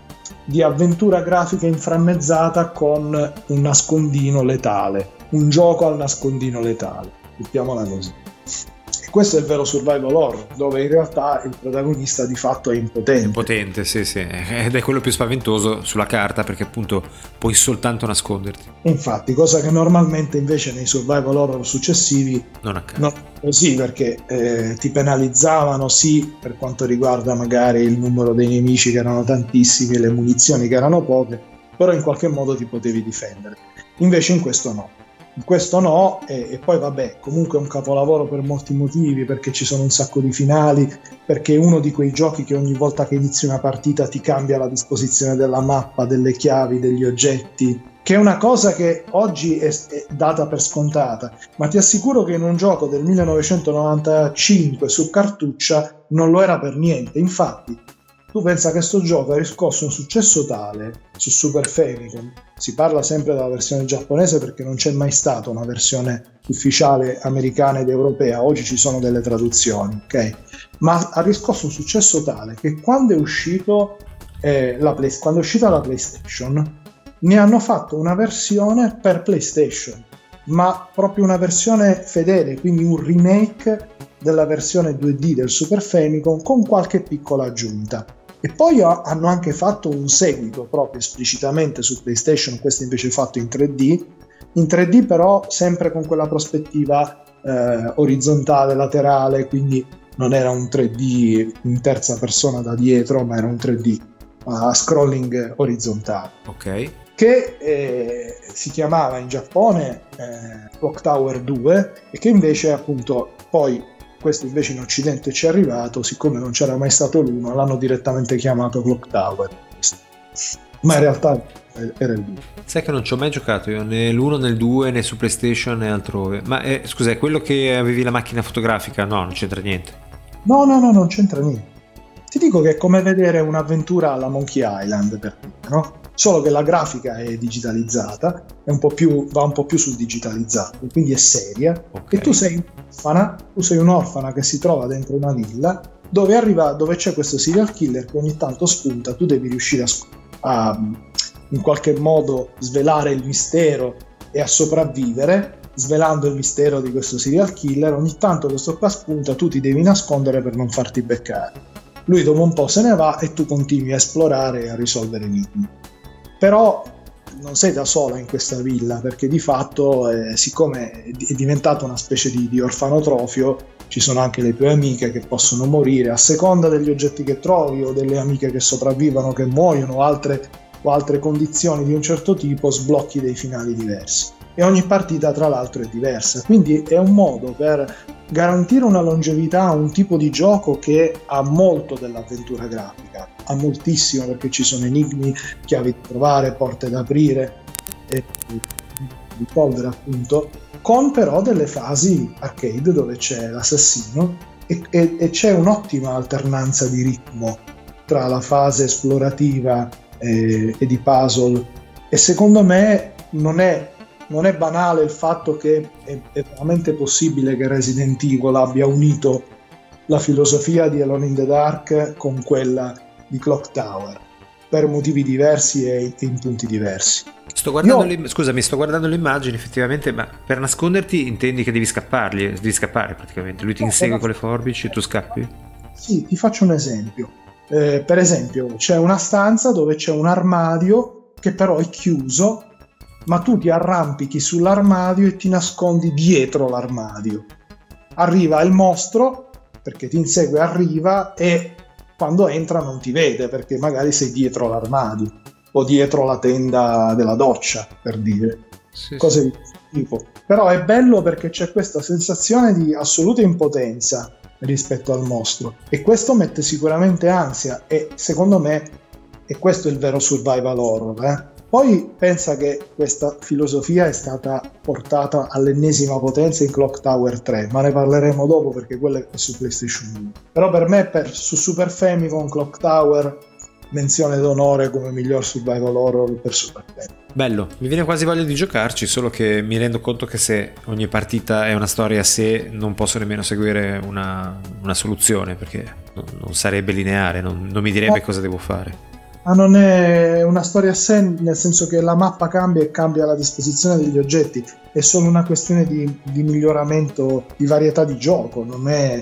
di avventura grafica inframmezzata con un nascondino letale, un gioco al nascondino letale, mettiamola così. E questo è il vero survival horror, dove in realtà il protagonista di fatto è impotente. Impotente, sì, sì, ed è quello più spaventoso sulla carta, perché appunto puoi soltanto nasconderti. Infatti, cosa che normalmente invece nei survival horror successivi non accade. Non così, perché eh, ti penalizzavano sì per quanto riguarda magari il numero dei nemici che erano tantissimi e le munizioni che erano poche, però in qualche modo ti potevi difendere. Invece in questo no. questo no, e, e poi vabbè, comunque è un capolavoro per molti motivi, perché ci sono un sacco di finali, perché è uno di quei giochi che ogni volta che inizi una partita ti cambia la disposizione della mappa, delle chiavi, degli oggetti, che è una cosa che oggi è, è data per scontata, ma ti assicuro che in un gioco del millenovecentonovantacinque su cartuccia non lo era per niente. Infatti tu pensa che sto gioco ha riscosso un successo tale su Super Famicom, si parla sempre della versione giapponese perché non c'è mai stata una versione ufficiale americana ed europea, oggi ci sono delle traduzioni, ok? Ma ha riscosso un successo tale che quando è uscito eh, la Play, quando è uscita la PlayStation ne hanno fatto una versione per PlayStation, ma proprio una versione fedele, quindi un remake della versione due D del Super Famicom con qualche piccola aggiunta. E poi hanno anche fatto un seguito proprio esplicitamente su PlayStation, questo invece fatto in tre D, in tre D però sempre con quella prospettiva eh, orizzontale, laterale, quindi non era un tre D in terza persona da dietro, ma era un tre D a scrolling orizzontale. Ok. Che eh, si chiamava in Giappone eh, Clock Tower due e che invece appunto poi questo invece in Occidente ci è arrivato, siccome non c'era mai stato l'uno l'hanno direttamente chiamato Clock Tower, ma in realtà era il due. Sai che non ci ho mai giocato io né l'uno né il due né su PlayStation né altrove, ma eh, scusa, è quello che avevi la macchina fotografica? No, non c'entra niente. No no no non c'entra niente, ti dico che è come vedere un'avventura alla Monkey Island, per dire, no? Solo che la grafica è digitalizzata, è un po' più, va un po' più sul digitalizzato, quindi è seria. Okay. E tu sei un'orfana, tu sei un'orfana che si trova dentro una villa dove arriva, dove c'è questo serial killer che ogni tanto spunta, tu devi riuscire a, a in qualche modo svelare il mistero e a sopravvivere, svelando il mistero di questo serial killer. Ogni tanto questo qua spunta, tu ti devi nascondere per non farti beccare. Lui dopo un po' se ne va e tu continui a esplorare e a risolvere enigmi. Però non sei da sola in questa villa, perché di fatto eh, siccome è diventato una specie di, di orfanotrofio, ci sono anche le tue amiche che possono morire a seconda degli oggetti che trovi, o delle amiche che sopravvivono, che muoiono, o altre, o altre condizioni di un certo tipo, sblocchi dei finali diversi e ogni partita tra l'altro è diversa, quindi è un modo per garantire una longevità a un tipo di gioco che ha molto dell'avventura grafica, ha moltissimo, perché ci sono enigmi, chiavi da trovare, porte da aprire e risolvere appunto, con però delle fasi arcade dove c'è l'assassino e, e, e c'è un'ottima alternanza di ritmo tra la fase esplorativa e, e di puzzle, e secondo me non è Non è banale il fatto che è, è veramente possibile che Resident Evil abbia unito la filosofia di Alone in the Dark con quella di Clock Tower per motivi diversi e in punti diversi. Sto guardando Io... le, scusami, sto guardando le immagini effettivamente, ma per nasconderti intendi che devi scapparli, devi scappare praticamente. Lui ti no, insegue no. con le forbici e tu scappi? Sì, ti faccio un esempio. Eh, per esempio, c'è una stanza dove c'è un armadio che però è chiuso, ma tu ti arrampichi sull'armadio e ti nascondi dietro l'armadio. Arriva il mostro, perché ti insegue, arriva, e quando entra non ti vede perché magari sei dietro l'armadio o dietro la tenda della doccia, per dire, sì, cose sì. di questo tipo. Però è bello perché c'è questa sensazione di assoluta impotenza rispetto al mostro, e questo mette sicuramente ansia, e secondo me è questo il vero survival horror, eh? Poi pensa che questa filosofia è stata portata all'ennesima potenza in Clock Tower tre, ma ne parleremo dopo perché quello è su PlayStation uno. Però per me, per, su Super Famicom, Clock Tower, menzione d'onore come miglior survival horror per Super Famicom. Bello, mi viene quasi voglia di giocarci, solo che mi rendo conto che se ogni partita è una storia a sé non posso nemmeno seguire una, una soluzione, perché non, non sarebbe lineare, non, non mi direbbe cosa devo fare. Ma non è una storia a sé, nel senso che la mappa cambia e cambia la disposizione degli oggetti, è solo una questione di, di miglioramento, di varietà di gioco, non è...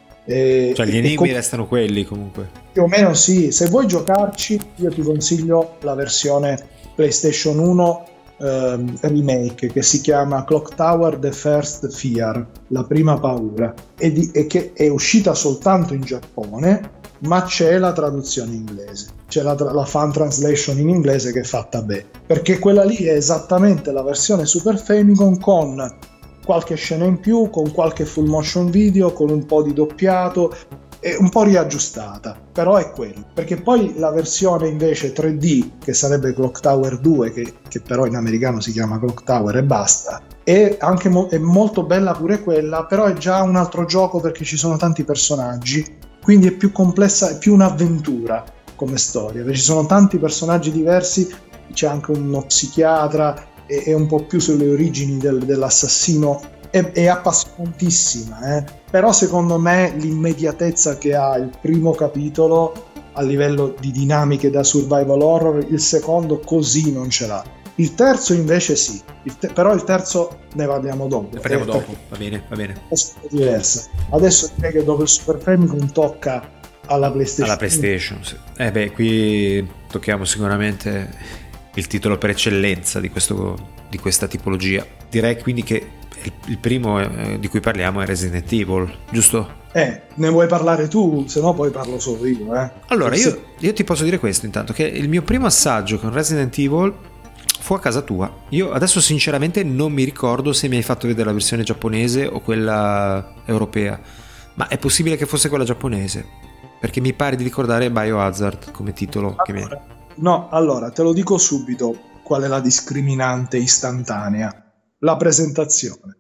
è cioè gli enigmi com- restano quelli comunque? Più o meno sì, se vuoi giocarci io ti consiglio la versione PlayStation uno ehm, remake che si chiama Clock Tower The First Fear, la prima paura, e, di, e che è uscita soltanto in Giappone, ma c'è la traduzione inglese, c'è la, la fan translation in inglese che è fatta bene, perché quella lì è esattamente la versione Super Famicom con qualche scena in più, con qualche full motion video, con un po' di doppiato, è un po' riaggiustata, però è quello, perché poi la versione invece tre D, che sarebbe Clock Tower due, che, che però in americano si chiama Clock Tower e basta, è anche mo- è molto bella pure quella, però è già un altro gioco perché ci sono tanti personaggi, quindi è più complessa, è più un'avventura come storia, perché ci sono tanti personaggi diversi, c'è anche uno psichiatra, è, è un po' più sulle origini del, dell'assassino, è, è appassionantissima, eh? Però secondo me l'immediatezà che ha il primo capitolo a livello di dinamiche da survival horror, il secondo così non ce l'ha. Il terzo invece sì, il te- però il terzo ne parliamo dopo. Ne parliamo eh, dopo, va bene, va bene. È diversa. Adesso direi che dopo il Super Famicom tocca alla PlayStation. Alla PlayStation, sì. Eh beh, qui tocchiamo sicuramente il titolo per eccellenza di, questo, di questa tipologia. Direi quindi che il, il primo eh, di cui parliamo è Resident Evil, giusto? Eh, ne vuoi parlare tu? Se no poi parlo solo io, eh. Allora, io, io ti posso dire questo intanto, che il mio primo assaggio con Resident Evil fu a casa tua. Io adesso sinceramente non mi ricordo se mi hai fatto vedere la versione giapponese o quella europea, ma è possibile che fosse quella giapponese, perché mi pare di ricordare Biohazard come titolo. Allora, che mi... No, allora te lo dico subito qual è la discriminante istantanea: la presentazione.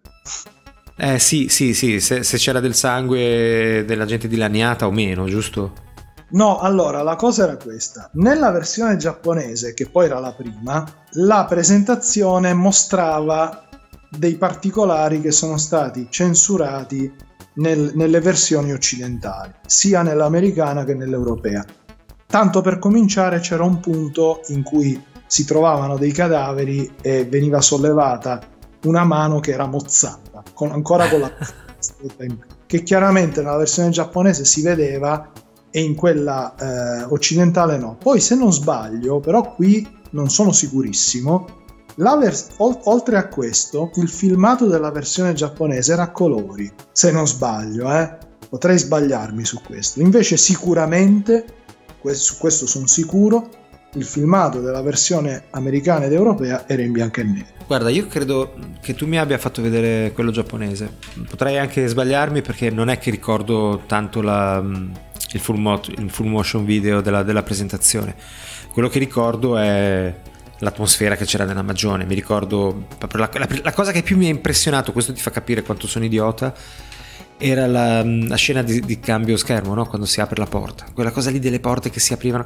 Eh sì, sì, sì, se, se c'era del sangue della gente dilaniata o meno, giusto? No, allora la cosa era questa: nella versione giapponese, che poi era la prima, la presentazione mostrava dei particolari che sono stati censurati nel, nelle versioni occidentali, sia nell'americana che nell'europea. Tanto per cominciare, c'era un punto in cui si trovavano dei cadaveri e veniva sollevata una mano che era mozzata, con, ancora con la che chiaramente nella versione giapponese si vedeva e in quella eh, occidentale no. Poi, se non sbaglio, però qui non sono sicurissimo, la vers- ol- oltre a questo il filmato della versione giapponese era a colori, se non sbaglio, eh? Potrei sbagliarmi su questo. Invece sicuramente, questo, su questo sono sicuro, il filmato della versione americana ed europea era in bianco e nero. Guarda, io credo che tu mi abbia fatto vedere quello giapponese. Potrei anche sbagliarmi, perché non è che ricordo tanto la... Il full, mo- il full motion video della, della presentazione. Quello che ricordo è l'atmosfera che c'era nella magione. Mi ricordo proprio la, la, la cosa che più mi ha impressionato, questo ti fa capire quanto sono idiota, era la, la scena di, di cambio schermo, no? Quando si apre la porta, quella cosa lì delle porte che si aprivano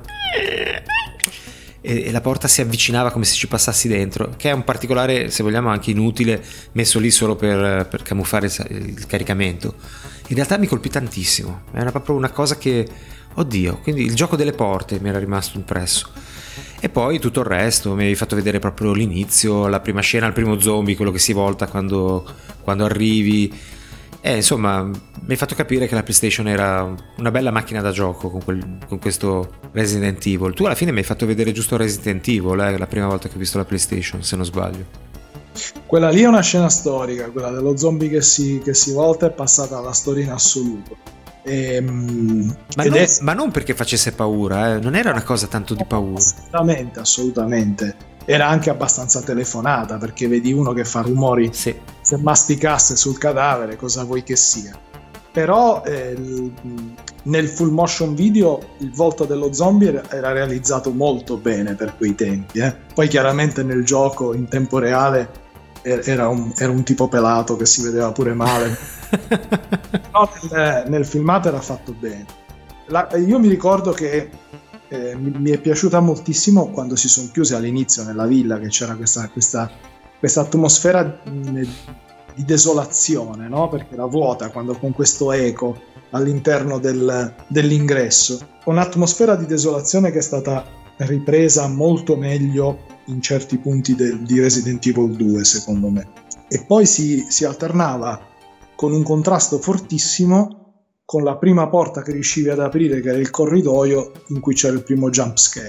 e, e la porta si avvicinava come se ci passassi dentro, che è un particolare, se vogliamo anche inutile, messo lì solo per, per camuffare il, il caricamento. In realtà mi colpì tantissimo, era proprio una cosa che, oddio, quindi il gioco delle porte mi era rimasto impresso. E poi tutto il resto, mi avevi fatto vedere proprio l'inizio, la prima scena, il primo zombie, quello che si volta quando, quando arrivi. E insomma, mi hai fatto capire che la PlayStation era una bella macchina da gioco con, quel, con questo Resident Evil. Tu alla fine mi hai fatto vedere giusto Resident Evil, eh, la prima volta che ho visto la PlayStation, se non sbaglio. Quella lì è una scena storica, quella dello zombie che si, che si volta è passata alla storia in assoluto. E, ma, non, è... ma non perché facesse paura, eh? Non era una cosa tanto di paura. Assolutamente, assolutamente. Era anche abbastanza telefonata, perché vedi uno che fa rumori, sì. Se masticasse sul cadavere, cosa vuoi che sia. Però eh, nel full motion video il volto dello zombie era realizzato molto bene per quei tempi, eh? Poi chiaramente nel gioco in tempo reale era un, era un tipo pelato che si vedeva pure male. No, nel, nel filmato era fatto bene. La, io mi ricordo che eh, mi, mi è piaciuta moltissimo quando si sono chiusi all'inizio nella villa, che c'era questa, questa, questa atmosfera di desolazione, no? Perché era vuota, quando con questo eco all'interno del, dell'ingresso, un'atmosfera di desolazione che è stata ripresa molto meglio in certi punti de, di Resident Evil due, secondo me. E poi si, si alternava con un contrasto fortissimo con la prima porta che riuscivi ad aprire, che era il corridoio in cui c'era il primo jump scare.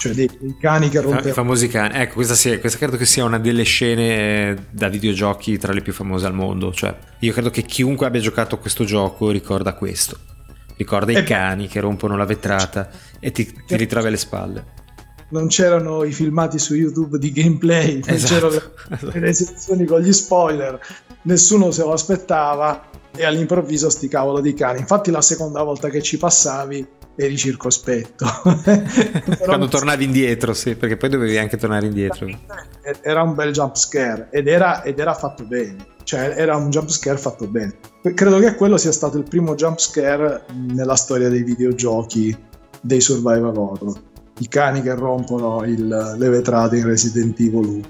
cioè dei, dei cani che rompevano. I famosi cani, ecco, questa, sì, questa credo che sia una delle scene da videogiochi tra le più famose al mondo. Cioè, io credo che chiunque abbia giocato a questo gioco ricorda questo, ricorda e i cani che rompono la vetrata e ti, ti ritrovi alle spalle. Non c'erano i filmati su YouTube di gameplay, non esatto. c'erano le recensioni con gli spoiler, nessuno se lo aspettava e all'improvviso sti cavolo di cani. Infatti la seconda volta che ci passavi eri circospetto. Quando tornavi indietro, sì, perché poi dovevi anche tornare indietro. Era un bel jump scare ed era, ed era fatto bene, cioè era un jump scare fatto bene. Credo che quello sia stato il primo jump scare nella storia dei videogiochi dei survival horror. I cani che rompono il, le vetrate in Resident Evil uno.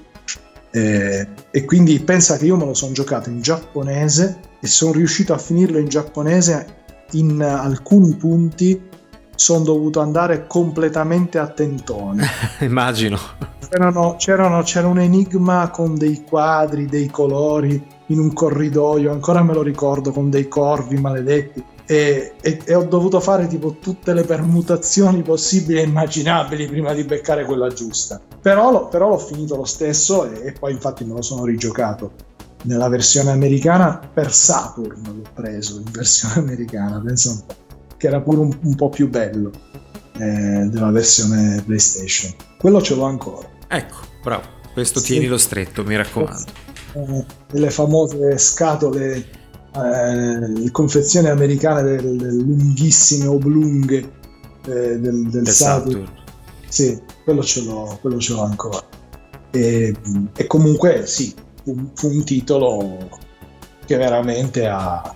E, e quindi pensa che io me lo sono giocato in giapponese e sono riuscito a finirlo in giapponese. In alcuni punti sono dovuto andare completamente a tentone. Immagino. C'erano, c'erano, c'era un enigma con dei quadri, dei colori in un corridoio, ancora me lo ricordo, con dei corvi maledetti. E, e, e ho dovuto fare tipo tutte le permutazioni possibili e immaginabili prima di beccare quella giusta, però, lo, però l'ho finito lo stesso e, e poi infatti me lo sono rigiocato nella versione americana per Saturn, l'ho preso in versione americana, penso un po', che era pure un, un po' più bello eh, della versione PlayStation. Quello ce l'ho ancora, ecco, bravo, questo sì. Tienilo stretto, mi raccomando. eh, le famose scatole Eh, confezioni americane del, del lunghissime oblunghe eh, del, del Saturn. Sì, quello ce l'ho, quello ce l'ho ancora. E, e comunque sì, fu, fu un titolo che veramente ha,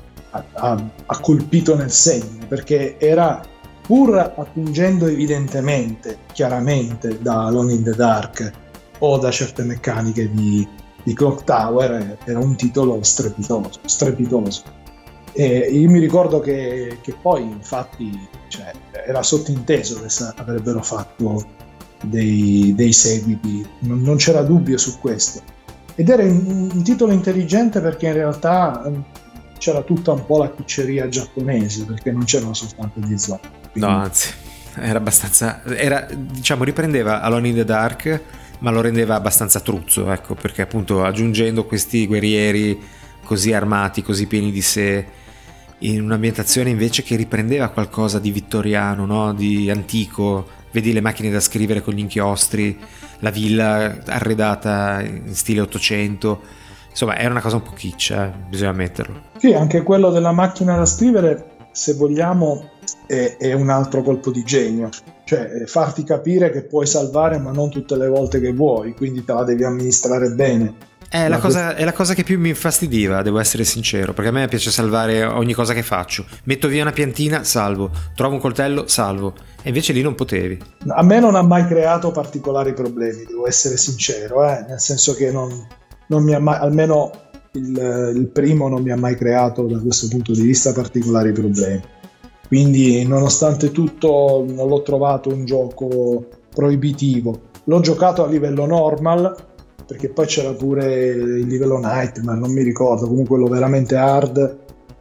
ha, ha colpito nel segno, perché era, pur attingendo evidentemente, chiaramente da Alone in the Dark o da certe meccaniche di di Clock Tower, era un titolo strepitoso, strepitoso. E io mi ricordo che, che poi infatti cioè, era sottinteso che avrebbero fatto dei, dei seguiti, non, non c'era dubbio su questo. Ed era un, un titolo intelligente perché in realtà c'era tutta un po' la cucceria giapponese, perché non c'erano soltanto gli zombie. No, anzi, era abbastanza, era, diciamo, riprendeva Alone in the Dark, ma lo rendeva abbastanza truzzo, ecco, perché appunto aggiungendo questi guerrieri così armati, così pieni di sé, in un'ambientazione invece che riprendeva qualcosa di vittoriano, no? Di antico, vedi le macchine da scrivere con gli inchiostri, la villa arredata in stile ottocento, insomma era una cosa un po' kitsch, eh? Bisogna ammetterlo. Sì, anche quello della macchina da scrivere, se vogliamo, è, è un altro colpo di genio. Cioè farti capire che puoi salvare ma non tutte le volte che vuoi, quindi te la devi amministrare bene. È la, cosa, è la cosa che più mi infastidiva, devo essere sincero, perché a me piace salvare ogni cosa che faccio. Metto via una piantina, salvo, trovo un coltello, salvo, e invece lì non potevi. A me non ha mai creato particolari problemi, devo essere sincero, eh? Nel senso che non, non mi ha mai, almeno il, il primo non mi ha mai creato da questo punto di vista particolari problemi. Quindi nonostante tutto non l'ho trovato un gioco proibitivo. L'ho giocato a livello normal, perché poi c'era pure il livello Nightmare, non mi ricordo, comunque quello veramente hard,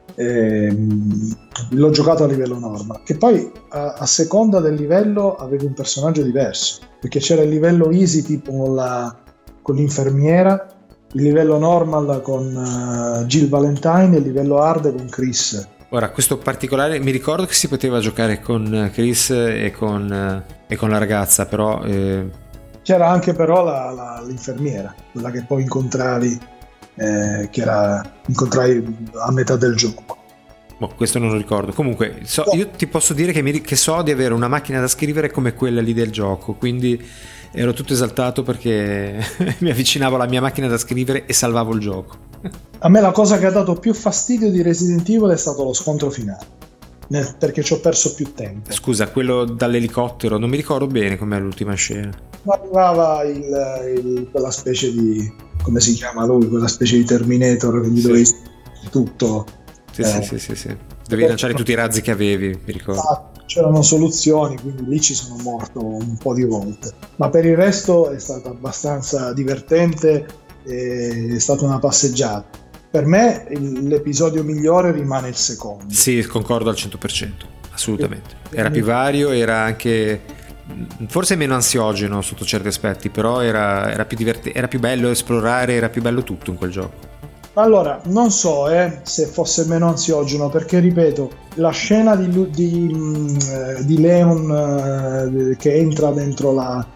ehm, l'ho giocato a livello normal, che poi a, a seconda del livello avevi un personaggio diverso, perché c'era il livello easy tipo con, la, con l'infermiera, il livello normal con uh, Jill Valentine e il livello hard con Chris. Ora, questo particolare, mi ricordo che si poteva giocare con Chris e con, e con la ragazza, però... Eh... C'era anche però la, la, l'infermiera, quella che poi incontravi, eh, che era incontrai a metà del gioco. Boh, questo non lo ricordo. Comunque, so, io ti posso dire che, mi, che so di avere una macchina da scrivere come quella lì del gioco, quindi ero tutto esaltato perché mi avvicinavo alla mia macchina da scrivere e salvavo il gioco. A me la cosa che ha dato più fastidio di Resident Evil è stato lo scontro finale, perché ci ho perso più tempo. Scusa, quello dall'elicottero, non mi ricordo bene com'è l'ultima scena. Arrivava il, il, quella specie di, come si chiama lui, quella specie di Terminator che gli sì. dovevi tutto. Sì, eh, sì, sì, sì, sì. Dovevi lanciare tutti i razzi che avevi, mi ricordo. Ah, c'erano soluzioni, quindi lì ci sono morto un po' di volte. Ma per il resto è stato abbastanza divertente. È stata una passeggiata. Per me l'episodio migliore rimane il secondo. Sì, concordo al cento per cento, assolutamente. Era più vario, era anche forse meno ansiogeno sotto certi aspetti, però era, era più divert- era più bello esplorare, era più bello tutto in quel gioco. Allora, non so eh, se fosse meno ansiogeno, perché ripeto, la scena di, di, di Leon eh, che entra dentro la,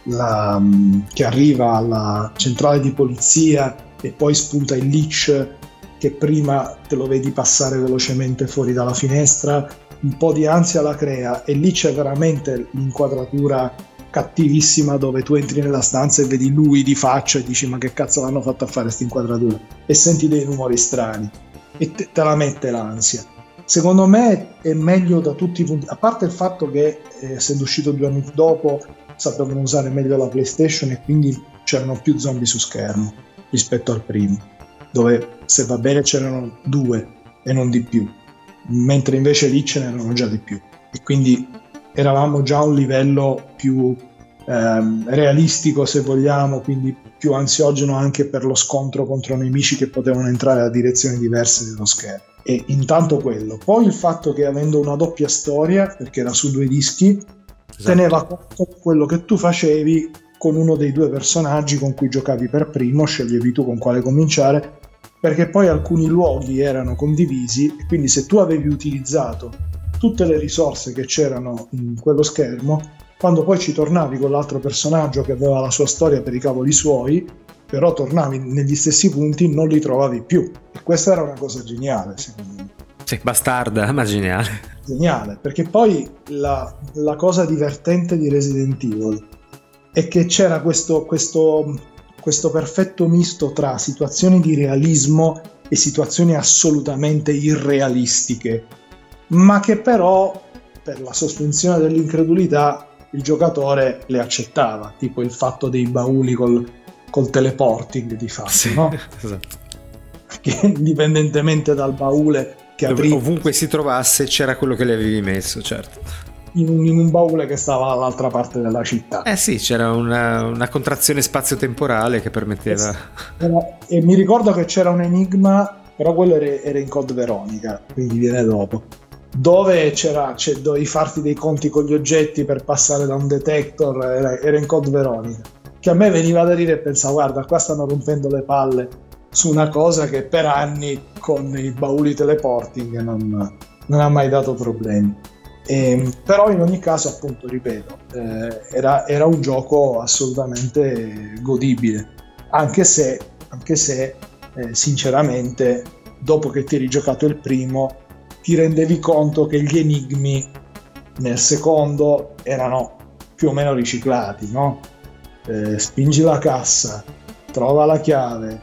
la che arriva alla centrale di polizia e poi spunta il Leech, che prima te lo vedi passare velocemente fuori dalla finestra, un po' di ansia la crea, e lì c'è veramente l'inquadratura cattivissima dove tu entri nella stanza e vedi lui di faccia e dici ma che cazzo l'hanno fatto a fare questa inquadratura, e senti dei rumori strani e te, te la mette l'ansia. Secondo me è meglio da tutti i punti, a parte il fatto che eh, essendo uscito due anni dopo sapevano usare meglio la PlayStation e quindi c'erano più zombie su schermo rispetto al primo, dove se va bene c'erano due e non di più, mentre invece lì ce n'erano già di più, e quindi eravamo già a un livello più ehm, realistico, se vogliamo, quindi più ansiogeno anche per lo scontro contro nemici che potevano entrare da direzioni diverse dello schermo. E intanto quello, poi il fatto che avendo una doppia storia, perché era su due dischi, esatto, teneva conto di quello che tu facevi con uno dei due personaggi con cui giocavi per primo, sceglievi tu con quale cominciare, perché poi alcuni luoghi erano condivisi e quindi se tu avevi utilizzato tutte le risorse che c'erano in quello schermo, quando poi ci tornavi con l'altro personaggio che aveva la sua storia per i cavoli suoi, però tornavi negli stessi punti, non li trovavi più, e questa era una cosa geniale secondo me. Sì, bastarda ma geniale. Geniale, perché poi la, la cosa divertente di Resident Evil è che c'era questo, questo, questo perfetto misto tra situazioni di realismo e situazioni assolutamente irrealistiche, ma che però per la sospensione dell'incredulità il giocatore le accettava, tipo il fatto dei bauli col, col teleporting di fatto, sì, no? Esatto. Che indipendentemente dal baule che aprivi, ovunque si trovasse c'era quello che le avevi messo, certo, in un, in un baule che stava dall'altra parte della città. Eh sì, c'era una, una contrazione spazio-temporale che permetteva. Era, e mi ricordo che c'era un enigma, però quello era, era in Code Veronica, quindi viene dopo, dove c'era, cioè, dovevi farti dei conti con gli oggetti per passare da un detector, era, era in Code Veronica, che a me veniva da dire e pensavo, guarda, qua stanno rompendo le palle su una cosa che per anni con i bauli teleporting non, non ha mai dato problemi. E, però in ogni caso, appunto, ripeto, eh, era, era un gioco assolutamente godibile, anche se, anche se eh, sinceramente dopo che ti eri giocato il primo ti rendevi conto che gli enigmi nel secondo erano più o meno riciclati, no? Eh, spingi la cassa, trova la chiave,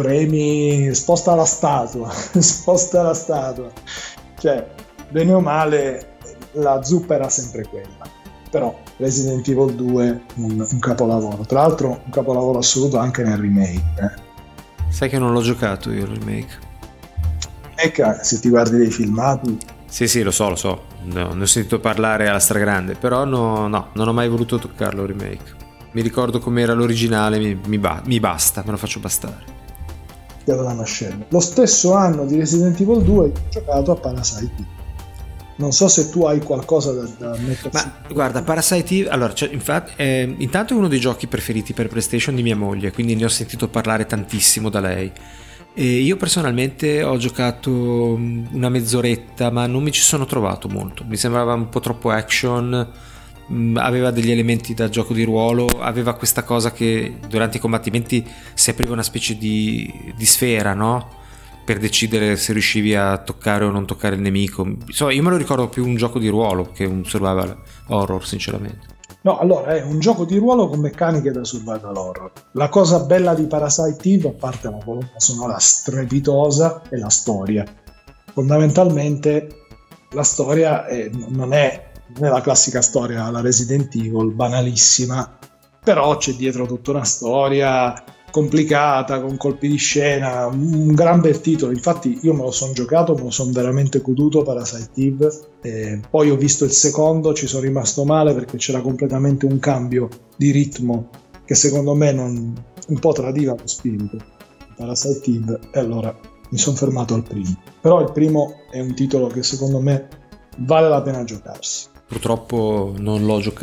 premi, sposta la statua, sposta la statua, cioè bene o male la zuppa era sempre quella. Però Resident Evil due un, un capolavoro, tra l'altro un capolavoro assoluto anche nel remake, eh. Sai che non l'ho giocato io il remake. Ecco, se ti guardi dei filmati. Sì sì, lo so, lo so, no, ne ho sentito parlare alla stragrande, però no, no, non ho mai voluto toccarlo il remake. Mi ricordo com'era l'originale, mi, mi, ba- mi basta, me lo faccio bastare. Lo stesso anno di Resident Evil due ho giocato a Parasite. Non so se tu hai qualcosa da, da mettersi. Ma guarda, Parasite Eve, allora, cioè, infatti, eh, intanto è uno dei giochi preferiti per PlayStation di mia moglie, quindi ne ho sentito parlare tantissimo da lei. E io personalmente ho giocato una mezz'oretta, ma non mi ci sono trovato molto. Mi sembrava un po' troppo action, aveva degli elementi da gioco di ruolo, aveva questa cosa che durante i combattimenti si apriva una specie di, di sfera, no? Per decidere se riuscivi a toccare o non toccare il nemico. Insomma, io me lo ricordo più un gioco di ruolo che un survival horror, sinceramente. No, allora è un gioco di ruolo con meccaniche da survival horror. La cosa bella di Parasite Eve, a parte la colonna sonora strepitosa, è la storia. Fondamentalmente la storia è, non, è, non è la classica storia alla Resident Evil, banalissima, però c'è dietro tutta una storia complicata, con colpi di scena, un gran bel titolo. Infatti io me lo sono giocato, me lo sono veramente goduto Parasite Eve, e poi ho visto il secondo, ci sono rimasto male perché c'era completamente un cambio di ritmo che secondo me non, un po' tradiva lo spirito di Parasite Eve, e allora mi sono fermato al primo. Però il primo è un titolo che secondo me vale la pena giocarsi. Purtroppo non l'ho giocato.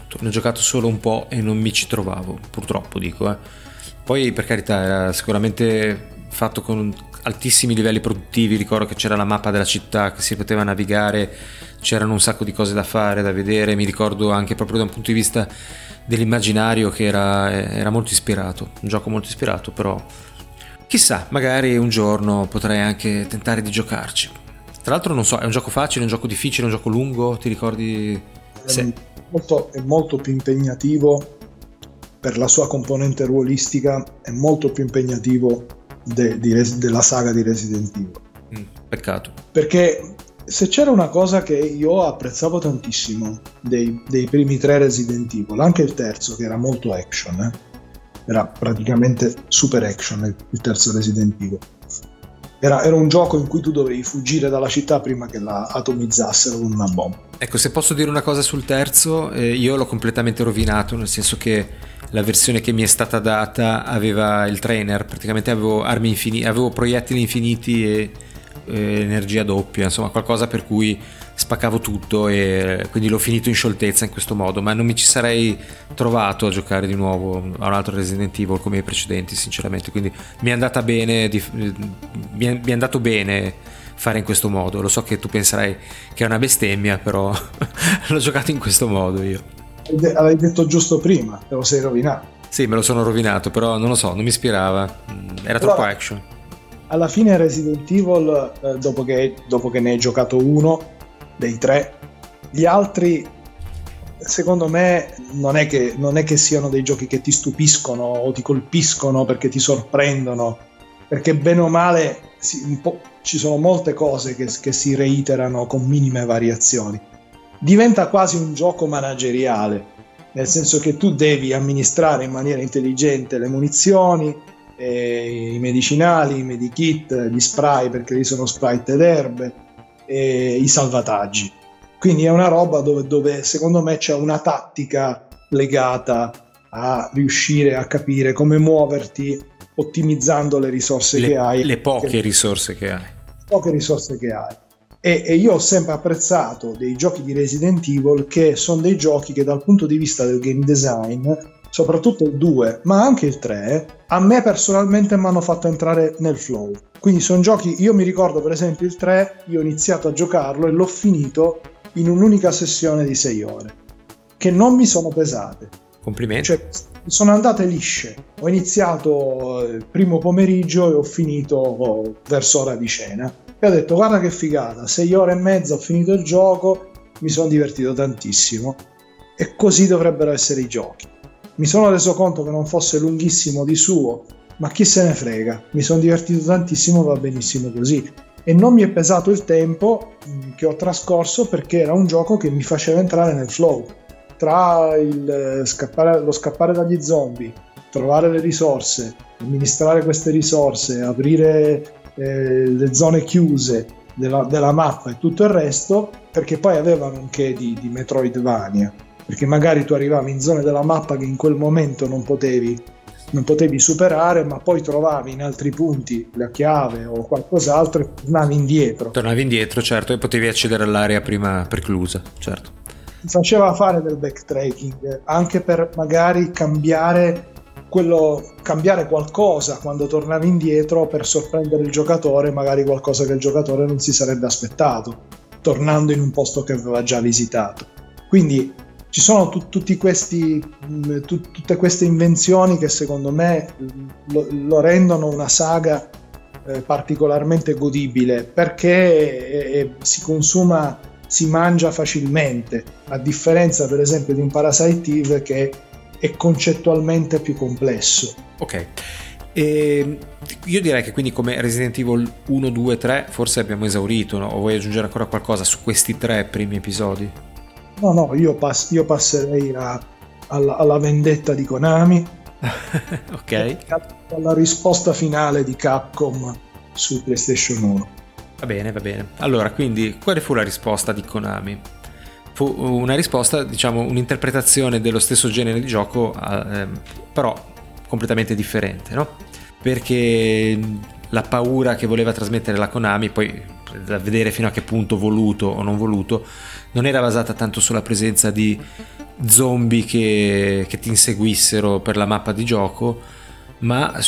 tutto. Ne ho giocato solo un po' e non mi ci trovavo, purtroppo dico. Eh. Poi per carità era sicuramente fatto con altissimi livelli produttivi, ricordo che c'era la mappa della città che si poteva navigare, c'erano un sacco di cose da fare, da vedere, mi ricordo anche proprio da un punto di vista dell'immaginario che era, era molto ispirato, un gioco molto ispirato, però chissà, magari un giorno potrei anche tentare di giocarci. Tra l'altro non so, è un gioco facile, un gioco difficile, un gioco lungo, ti ricordi? È molto, è molto più impegnativo per la sua componente ruolistica, è molto più impegnativo de, di, della saga di Resident Evil. Mm, peccato. Perché se c'era una cosa che io apprezzavo tantissimo dei, dei primi tre Resident Evil, anche il terzo che era molto action, eh? Era praticamente super action il terzo Resident Evil. Era, era un gioco in cui tu dovevi fuggire dalla città prima che la atomizzassero con una bomba. Ecco, se posso dire una cosa sul terzo, eh, io l'ho completamente rovinato, nel senso che la versione che mi è stata data aveva il trainer, praticamente avevo armi infinite, avevo proiettili infiniti e eh, energia doppia, insomma qualcosa per cui spaccavo tutto, e quindi l'ho finito in scioltezza in questo modo, ma non mi ci sarei trovato a giocare di nuovo a un altro Resident Evil come i precedenti, sinceramente, quindi mi è andata bene, mi è, mi è andato bene fare in questo modo. Lo so che tu penserai che è una bestemmia, però l'ho giocato in questo modo io. L'avevi detto giusto prima, te lo sei rovinato. Sì, me lo sono rovinato, però non lo so, non mi ispirava, era allora, troppo action. Alla fine Resident Evil, eh, dopo, che, dopo che ne hai giocato uno dei tre, gli altri secondo me non è che, non è che siano dei giochi che ti stupiscono o ti colpiscono perché ti sorprendono, perché bene o male si, un po', ci sono molte cose che, che si reiterano con minime variazioni. Diventa quasi un gioco manageriale, nel senso che tu devi amministrare in maniera intelligente le munizioni, eh, i medicinali, i medikit, gli spray, perché lì sono sprite ed erbe, e i salvataggi. Quindi è una roba dove, dove secondo me c'è una tattica legata a riuscire a capire come muoverti ottimizzando le risorse le, che hai, le poche che, risorse che hai poche risorse che hai e, e io ho sempre apprezzato dei giochi di Resident Evil che sono dei giochi che dal punto di vista del game design, soprattutto il due ma anche il tre, a me personalmente mi hanno fatto entrare nel flow. Quindi sono giochi, io mi ricordo per esempio il tre, io ho iniziato a giocarlo e l'ho finito in un'unica sessione di sei ore, che non mi sono pesate. Complimenti. Cioè, sono andate lisce. Ho iniziato il primo pomeriggio e ho finito verso ora di cena. E ho detto, guarda che figata, sei ore e mezza, ho finito il gioco, mi sono divertito tantissimo. E così dovrebbero essere i giochi. Mi sono reso conto che non fosse lunghissimo di suo, ma chi se ne frega, mi sono divertito tantissimo, va benissimo così. E non mi è pesato il tempo che ho trascorso perché era un gioco che mi faceva entrare nel flow. Tra il scappare, lo scappare dagli zombie, trovare le risorse, amministrare queste risorse, aprire eh, le zone chiuse della, della mappa e tutto il resto, perché poi avevano un che di, di Metroidvania, perché magari tu arrivavi in zone della mappa che in quel momento non potevi non potevi superare, ma poi trovavi in altri punti la chiave o qualcos'altro e tornavi indietro. Tornavi indietro, certo, e potevi accedere all'area prima preclusa, certo. Ti faceva fare del backtracking, anche per magari cambiare quello, cambiare qualcosa quando tornavi indietro per sorprendere il giocatore, magari qualcosa che il giocatore non si sarebbe aspettato, tornando in un posto che aveva già visitato. Quindi ci sono tu, tutti questi, tu, tutte queste invenzioni che secondo me lo, lo rendono una saga eh, particolarmente godibile, perché eh, si consuma, si mangia facilmente, a differenza per esempio di un Parasite Eve che è concettualmente più complesso. Ok, e io direi che quindi come Resident Evil uno, due, tre forse abbiamo esaurito, no? O vuoi aggiungere ancora qualcosa su questi tre primi episodi? No, no, io, pass- io passerei a, alla, alla vendetta di Konami. Ok. Alla risposta finale di Capcom su PlayStation uno. Va bene, va bene. Allora, quindi, quale fu la risposta di Konami? Fu una risposta, diciamo, un'interpretazione dello stesso genere di gioco, ehm, però completamente differente, no? Perché la paura che voleva trasmettere la Konami, poi da vedere fino a che punto voluto o non voluto, non era basata tanto sulla presenza di zombie che, che ti inseguissero per la mappa di gioco, ma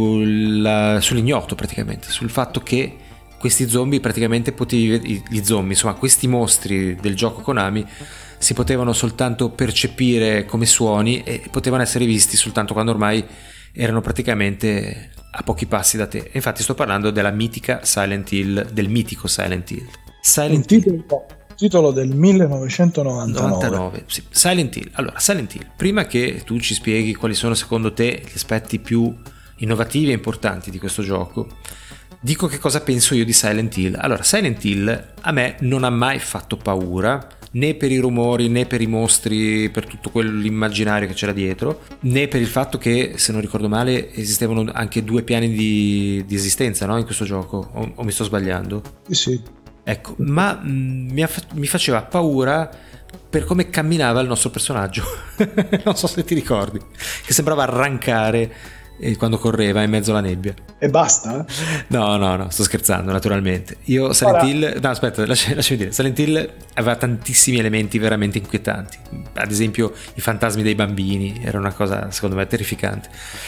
sulla, sull'ignoto, praticamente, sul fatto che questi zombie praticamente potevi, gli zombie, insomma questi mostri del gioco Konami si potevano soltanto percepire come suoni e potevano essere visti soltanto quando ormai erano praticamente a pochi passi da te. E infatti sto parlando della mitica Silent Hill, del mitico Silent Hill. Silent Un titolo, titolo del millenovecentonovantanove. novantanove, sì. Silent Hill. Allora, Silent Hill, prima che tu ci spieghi quali sono secondo te gli aspetti più innovativi e importanti di questo gioco, dico che cosa penso io di Silent Hill. Allora, Silent Hill a me non ha mai fatto paura, né per i rumori, né per i mostri, per tutto quell'immaginario che c'era dietro, né per il fatto che, se non ricordo male, esistevano anche due piani di, di esistenza, no? In questo gioco, o, o mi sto sbagliando? Sì, sì. Ecco, ma mh, mi, aff- mi faceva paura per come camminava il nostro personaggio. Non so se ti ricordi, che sembrava arrancare e quando correva in mezzo alla nebbia. E basta? No, no, no, sto scherzando, naturalmente. Io Silent Ora... Hill, no, aspetta, lasciami, lasciami dire, Silent Hill aveva tantissimi elementi veramente inquietanti. Ad esempio, i fantasmi dei bambini era una cosa, secondo me, terrificante.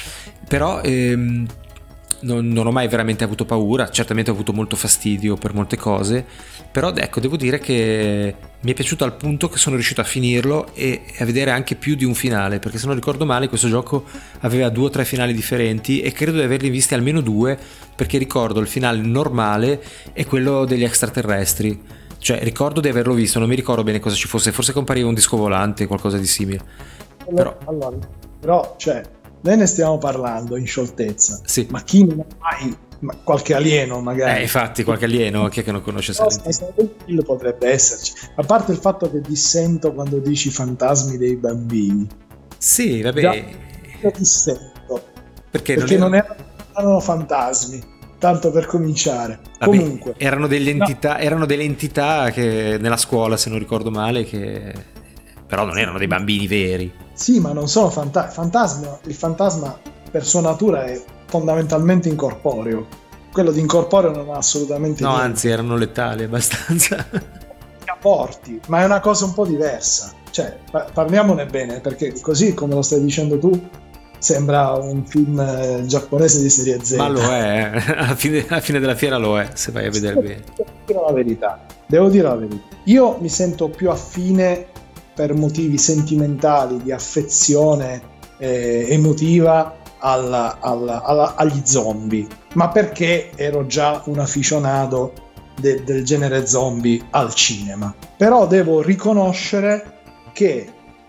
Però ehm, non, non ho mai veramente avuto paura, certamente ho avuto molto fastidio per molte cose, però ecco, devo dire che mi è piaciuto al punto che sono riuscito a finirlo e a vedere anche più di un finale, perché se non ricordo male questo gioco aveva due o tre finali differenti e credo di averli visti almeno due, perché ricordo il finale normale e quello degli extraterrestri, cioè ricordo di averlo visto, non mi ricordo bene cosa ci fosse, forse compariva un disco volante, qualcosa di simile. Allora, però, allora, però cioè, noi ne stiamo parlando in scioltezza, sì. Ma chi non ha mai, ma qualche alieno magari, eh, infatti qualche alieno, chi è che non conosce Silent Hill? Potrebbe esserci, a parte il fatto che dissento quando dici fantasmi dei bambini. Sì, vabbè, già, già dissento perché, perché non, non erano, erano fantasmi, tanto per cominciare. Vabbè, comunque erano delle entità no. erano delle entità che nella scuola, se non ricordo male, che però non erano dei bambini veri. Sì, ma non sono fanta- fantasma. Il fantasma per sua natura è fondamentalmente incorporeo. Quello di incorporeo non ha assolutamente no niente. Anzi, erano letali abbastanza. Rapporti, ma è una cosa un po' diversa. Cioè, pa- parliamone bene, perché così come lo stai dicendo tu sembra un film eh, giapponese di serie Z. Ma lo è, eh. alla, fine, alla fine della fiera lo è, se vai a vedere bene. Devo dire la verità. Devo dire la verità. Io mi sento più affine per motivi sentimentali, di affezione eh, emotiva alla, alla, alla, agli zombie, ma perché ero già un aficionato de, del genere zombie al cinema. Però devo riconoscere che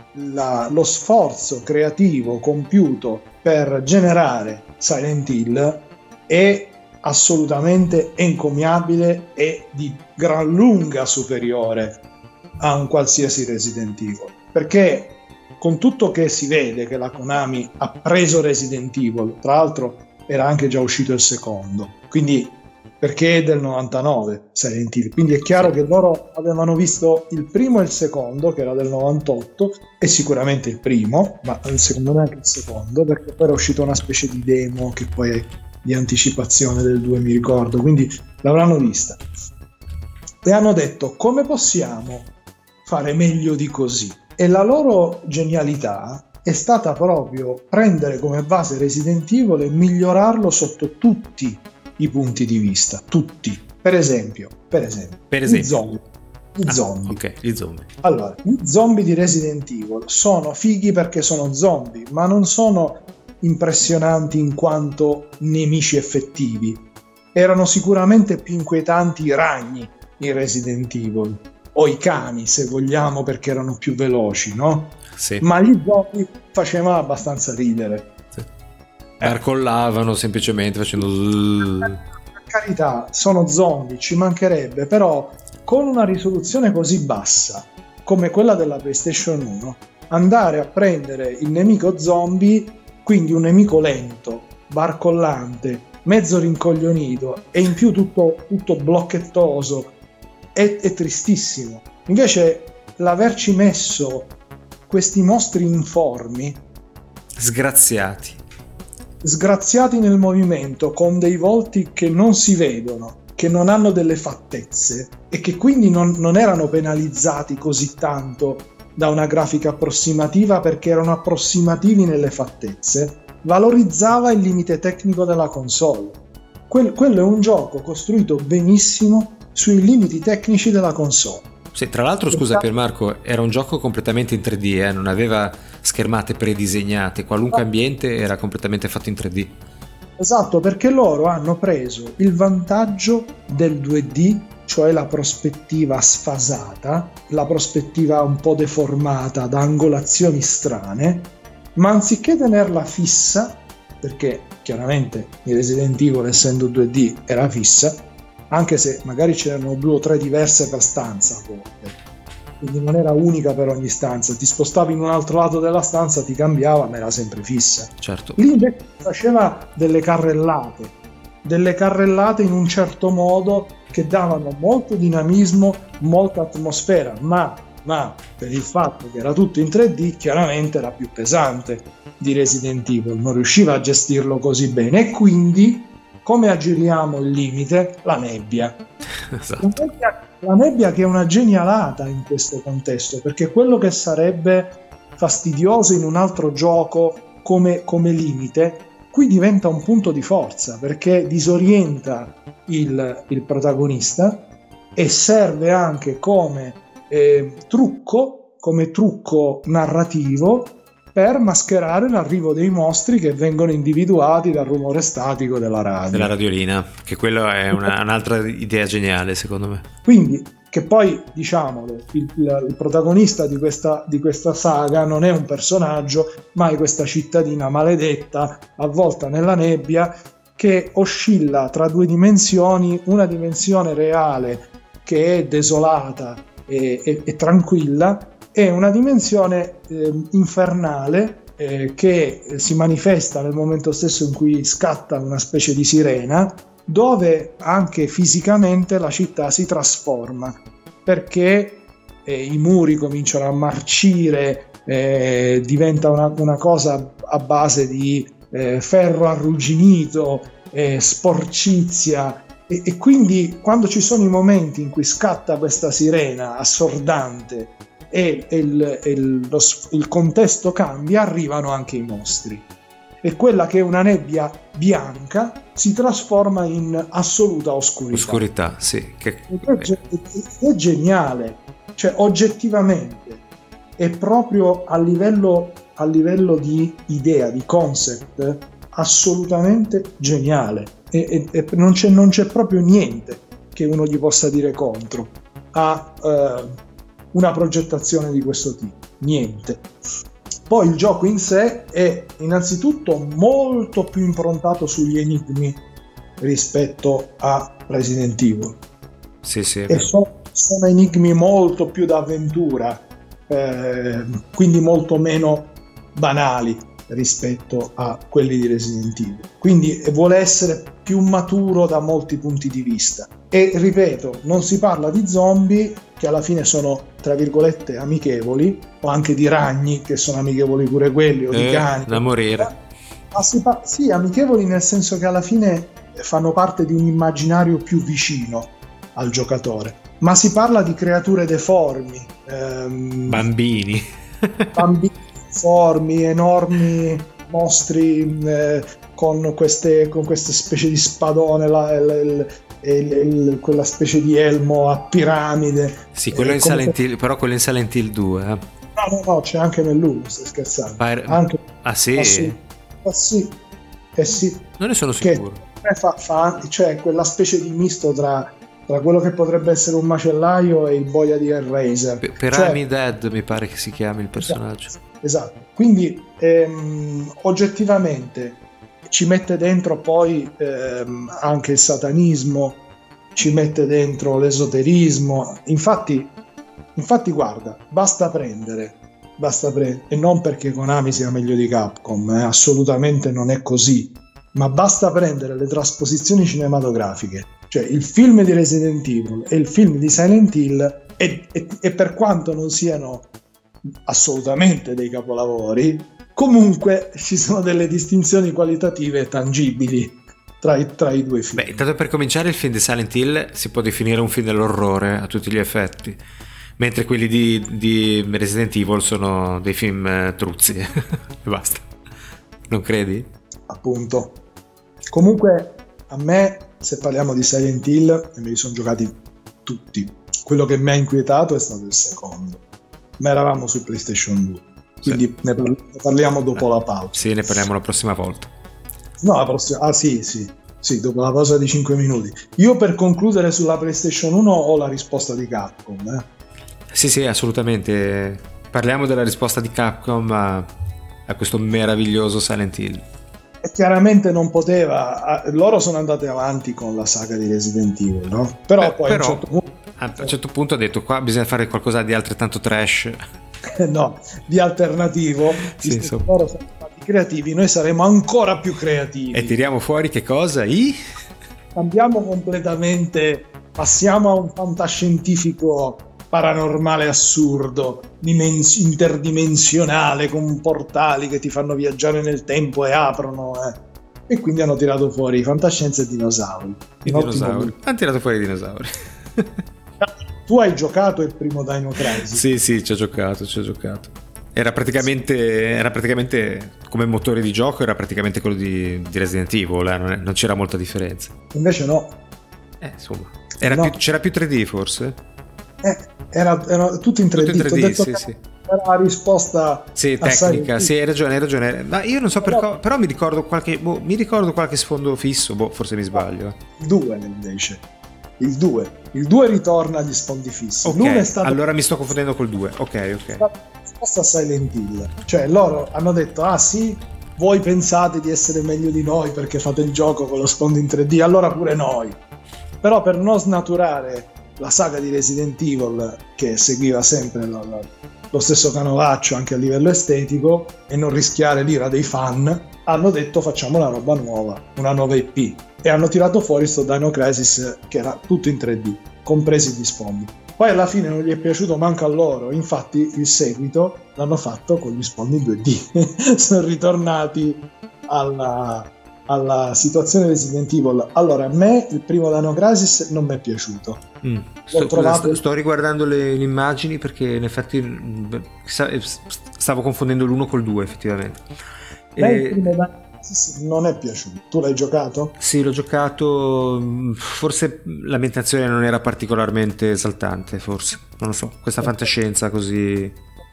la, lo sforzo creativo compiuto per generare Silent Hill è assolutamente encomiabile e di gran lunga superiore a un qualsiasi Resident Evil, perché con tutto che si vede che la Konami ha preso Resident Evil, tra l'altro era anche già uscito il secondo, quindi perché è del novantanove Silent Hill, quindi è chiaro che loro avevano visto il primo e il secondo, che era del novantotto, e sicuramente il primo, ma secondo me anche il secondo, perché poi era uscita una specie di demo che poi è di anticipazione del due, mi ricordo, quindi l'avranno vista e hanno detto: come possiamo fare meglio di così? E la loro genialità è stata proprio prendere come base Resident Evil e migliorarlo sotto tutti i punti di vista, tutti. Per esempio, per esempio, per esempio. i zombie. I ah, zombie. Ok, gli zombie. Allora, i zombie di Resident Evil sono fighi perché sono zombie, ma non sono impressionanti in quanto nemici effettivi. Erano sicuramente più inquietanti i ragni in Resident Evil, o i cani se vogliamo, perché erano più veloci, no? Sì. Ma gli zombie facevano abbastanza ridere. Sì. Barcollavano semplicemente facendo per carità, sono zombie, ci mancherebbe, però con una risoluzione così bassa come quella della PlayStation uno, andare a prendere il nemico zombie, quindi un nemico lento, barcollante, mezzo rincoglionito e in più tutto, tutto blocchettoso, è, è tristissimo. Invece l'averci messo questi mostri informi, sgraziati, sgraziati nel movimento, con dei volti che non si vedono, che non hanno delle fattezze e che quindi non, non erano penalizzati così tanto da una grafica approssimativa perché erano approssimativi nelle fattezze, valorizzava il limite tecnico della console. Quel, quello è un gioco costruito benissimo sui limiti tecnici della console. Sì, tra l'altro, scusa Piermarco, era un gioco completamente in tre D, eh? Non aveva schermate predisegnate, qualunque ambiente era completamente fatto in tre D. Esatto, perché loro hanno preso il vantaggio del due D, cioè la prospettiva sfasata, la prospettiva un po' deformata da angolazioni strane, ma anziché tenerla fissa, perché chiaramente il Resident Evil, essendo due D, era fissa, anche se magari c'erano due o tre diverse per stanza a volte, quindi non era unica per ogni stanza, ti spostavi in un altro lato della stanza, ti cambiava, ma era sempre fissa. Certo. Lì invece faceva delle carrellate, delle carrellate in un certo modo che davano molto dinamismo, molta atmosfera, ma, ma per il fatto che era tutto in tre D, chiaramente era più pesante di Resident Evil, non riusciva a gestirlo così bene, e quindi come aggiriamo il limite? La nebbia. Esatto. La nebbia, la nebbia che è una genialata in questo contesto, perché quello che sarebbe fastidioso in un altro gioco come, come limite, qui diventa un punto di forza, perché disorienta il, il protagonista e serve anche come eh, trucco, come trucco narrativo per mascherare l'arrivo dei mostri che vengono individuati dal rumore statico della radio. Della radiolina, che quello è una, un'altra idea geniale, secondo me. Quindi, che poi, diciamolo, il, il protagonista di questa, di questa saga non è un personaggio, ma è questa cittadina maledetta, avvolta nella nebbia, che oscilla tra due dimensioni, una dimensione reale che è desolata e, e, e tranquilla, è una dimensione eh, infernale eh, che si manifesta nel momento stesso in cui scatta una specie di sirena, dove anche fisicamente la città si trasforma, perché eh, i muri cominciano a marcire, eh, diventa una, una cosa a base di eh, ferro arrugginito, eh, sporcizia, e, e quindi quando ci sono i momenti in cui scatta questa sirena assordante e il, il, lo, il contesto cambia, arrivano anche i mostri e quella che è una nebbia bianca si trasforma in assoluta oscurità. Oscurità, sì. Che... È, è, è geniale, cioè oggettivamente è proprio a livello, a livello di idea, di concept, assolutamente geniale e, e, e non, c'è, non c'è proprio niente che uno gli possa dire contro a eh, una progettazione di questo tipo, niente. Poi il gioco in sé è innanzitutto molto più improntato sugli enigmi rispetto a Resident Evil. Sì, sì. E sono, sono enigmi molto più d'avventura, eh, quindi molto meno banali rispetto a quelli di Resident Evil. Quindi vuole essere più maturo da molti punti di vista. E ripeto, non si parla di zombie che alla fine sono tra virgolette amichevoli, o anche di ragni che sono amichevoli pure quelli, o eh, di cani da morire. Ma si pa- sì, amichevoli nel senso che alla fine fanno parte di un immaginario più vicino al giocatore, ma si parla di creature deformi, ehm, bambini bambini deformi, enormi mostri eh, con queste con queste specie di spadone la, il, il, il, quella specie di elmo a piramide. Sì, quello eh, in Silent Hill, però quello in Silent Hill due. Eh. No, no, no, c'è anche nell'uno, stai scherzando? Pare... Anche... Ah sì? Ah sì, ah, sì. Eh, sì. Non ne sono sicuro. Che fa, fa, cioè quella specie di misto tra, tra quello che potrebbe essere un macellaio e il boia di Hellraiser. P- Pyramid cioè... Head mi pare che si chiami il personaggio. Esatto, esatto. Quindi ehm, oggettivamente ci mette dentro poi ehm, anche il satanismo, ci mette dentro l'esoterismo. Infatti, infatti guarda, basta prendere, basta prendere, e non perché Konami sia meglio di Capcom, eh, assolutamente non è così, ma basta prendere le trasposizioni cinematografiche, cioè il film di Resident Evil e il film di Silent Hill, e, e, e per quanto non siano assolutamente dei capolavori, Comunque ci sono delle distinzioni qualitative tangibili tra i, tra i due film. Beh, intanto per cominciare il film di Silent Hill si può definire un film dell'orrore a tutti gli effetti, mentre quelli di, di Resident Evil sono dei film eh, truzzi e basta. Non credi? Appunto. Comunque a me, se parliamo di Silent Hill, e me li sono giocati tutti, quello che mi ha inquietato è stato il secondo, ma eravamo su PlayStation due, quindi sì. ne, parli- ne parliamo dopo ah, la pausa. Sì, ne parliamo la prossima volta. No, la prossima, ah sì, sì, sì, dopo la pausa di cinque minuti. Io per concludere sulla PlayStation uno ho la risposta di Capcom. Eh. Sì, sì, assolutamente. Parliamo della risposta di Capcom a, a questo meraviglioso Silent Hill. E chiaramente non poteva, loro sono andati avanti con la saga di Resident Evil, no? Però Beh, poi però, a un certo punto... a un certo punto ha detto qua bisogna fare qualcosa di altrettanto trash. No, di alternativo. Sì, visto che loro sono stati creativi, noi saremo ancora più creativi. E tiriamo fuori che cosa? I? Cambiamo completamente, passiamo a un fantascientifico paranormale assurdo, dimens- interdimensionale, con portali che ti fanno viaggiare nel tempo e aprono, eh. E quindi hanno tirato fuori fantascienza e dinosauri. I dinosauri. Hanno tirato fuori i dinosauri. Tu hai giocato il primo Dino Crisis? Sì, sì, ci ho giocato, ci ho giocato. Era praticamente, era praticamente come motore di gioco, era praticamente quello di, di Resident Evil, eh? non, è, non c'era molta differenza. Invece no. Eh, insomma. Era no. più, c'era più tre D forse? Eh, era, era tutto in tre D. Tutto in tre D, detto sì, che sì. Era la risposta sì, tecnica, sì, hai ragione, hai ragione. Ma io non so però, per co- però mi ricordo qualche boh, mi ricordo qualche sfondo fisso, boh, forse mi sbaglio. Il due invece. Il due. Il due ritorna agli sfondi fissi. Ok, è stato... allora mi sto confondendo col due. Ok, ok. La risposta a Silent Hill. Cioè loro hanno detto "Ah sì, voi pensate di essere meglio di noi perché fate il gioco con lo sfondo in tre D, allora pure noi". Però per non snaturare la saga di Resident Evil, che seguiva sempre lo, lo, lo stesso canovaccio anche a livello estetico, e non rischiare l'ira dei fan, hanno detto facciamo una roba nuova, una nuova I P, e hanno tirato fuori sto Dino Crisis che era tutto in tre D, compresi gli sfondi. Poi alla fine non gli è piaciuto manco a loro, infatti il seguito l'hanno fatto con gli sfondi in due D. Sono ritornati alla... alla situazione Resident Evil. Allora, a me il primo Dino Crisis non mi è piaciuto. Mm. Sto, trovato... sto riguardando le, le immagini perché in effetti stavo confondendo l'uno col due effettivamente. E... il primo Dino Crisis non è piaciuto. Tu l'hai giocato? Sì, l'ho giocato. Forse l'ambientazione non era particolarmente esaltante, forse. Non lo so, questa fantascienza così...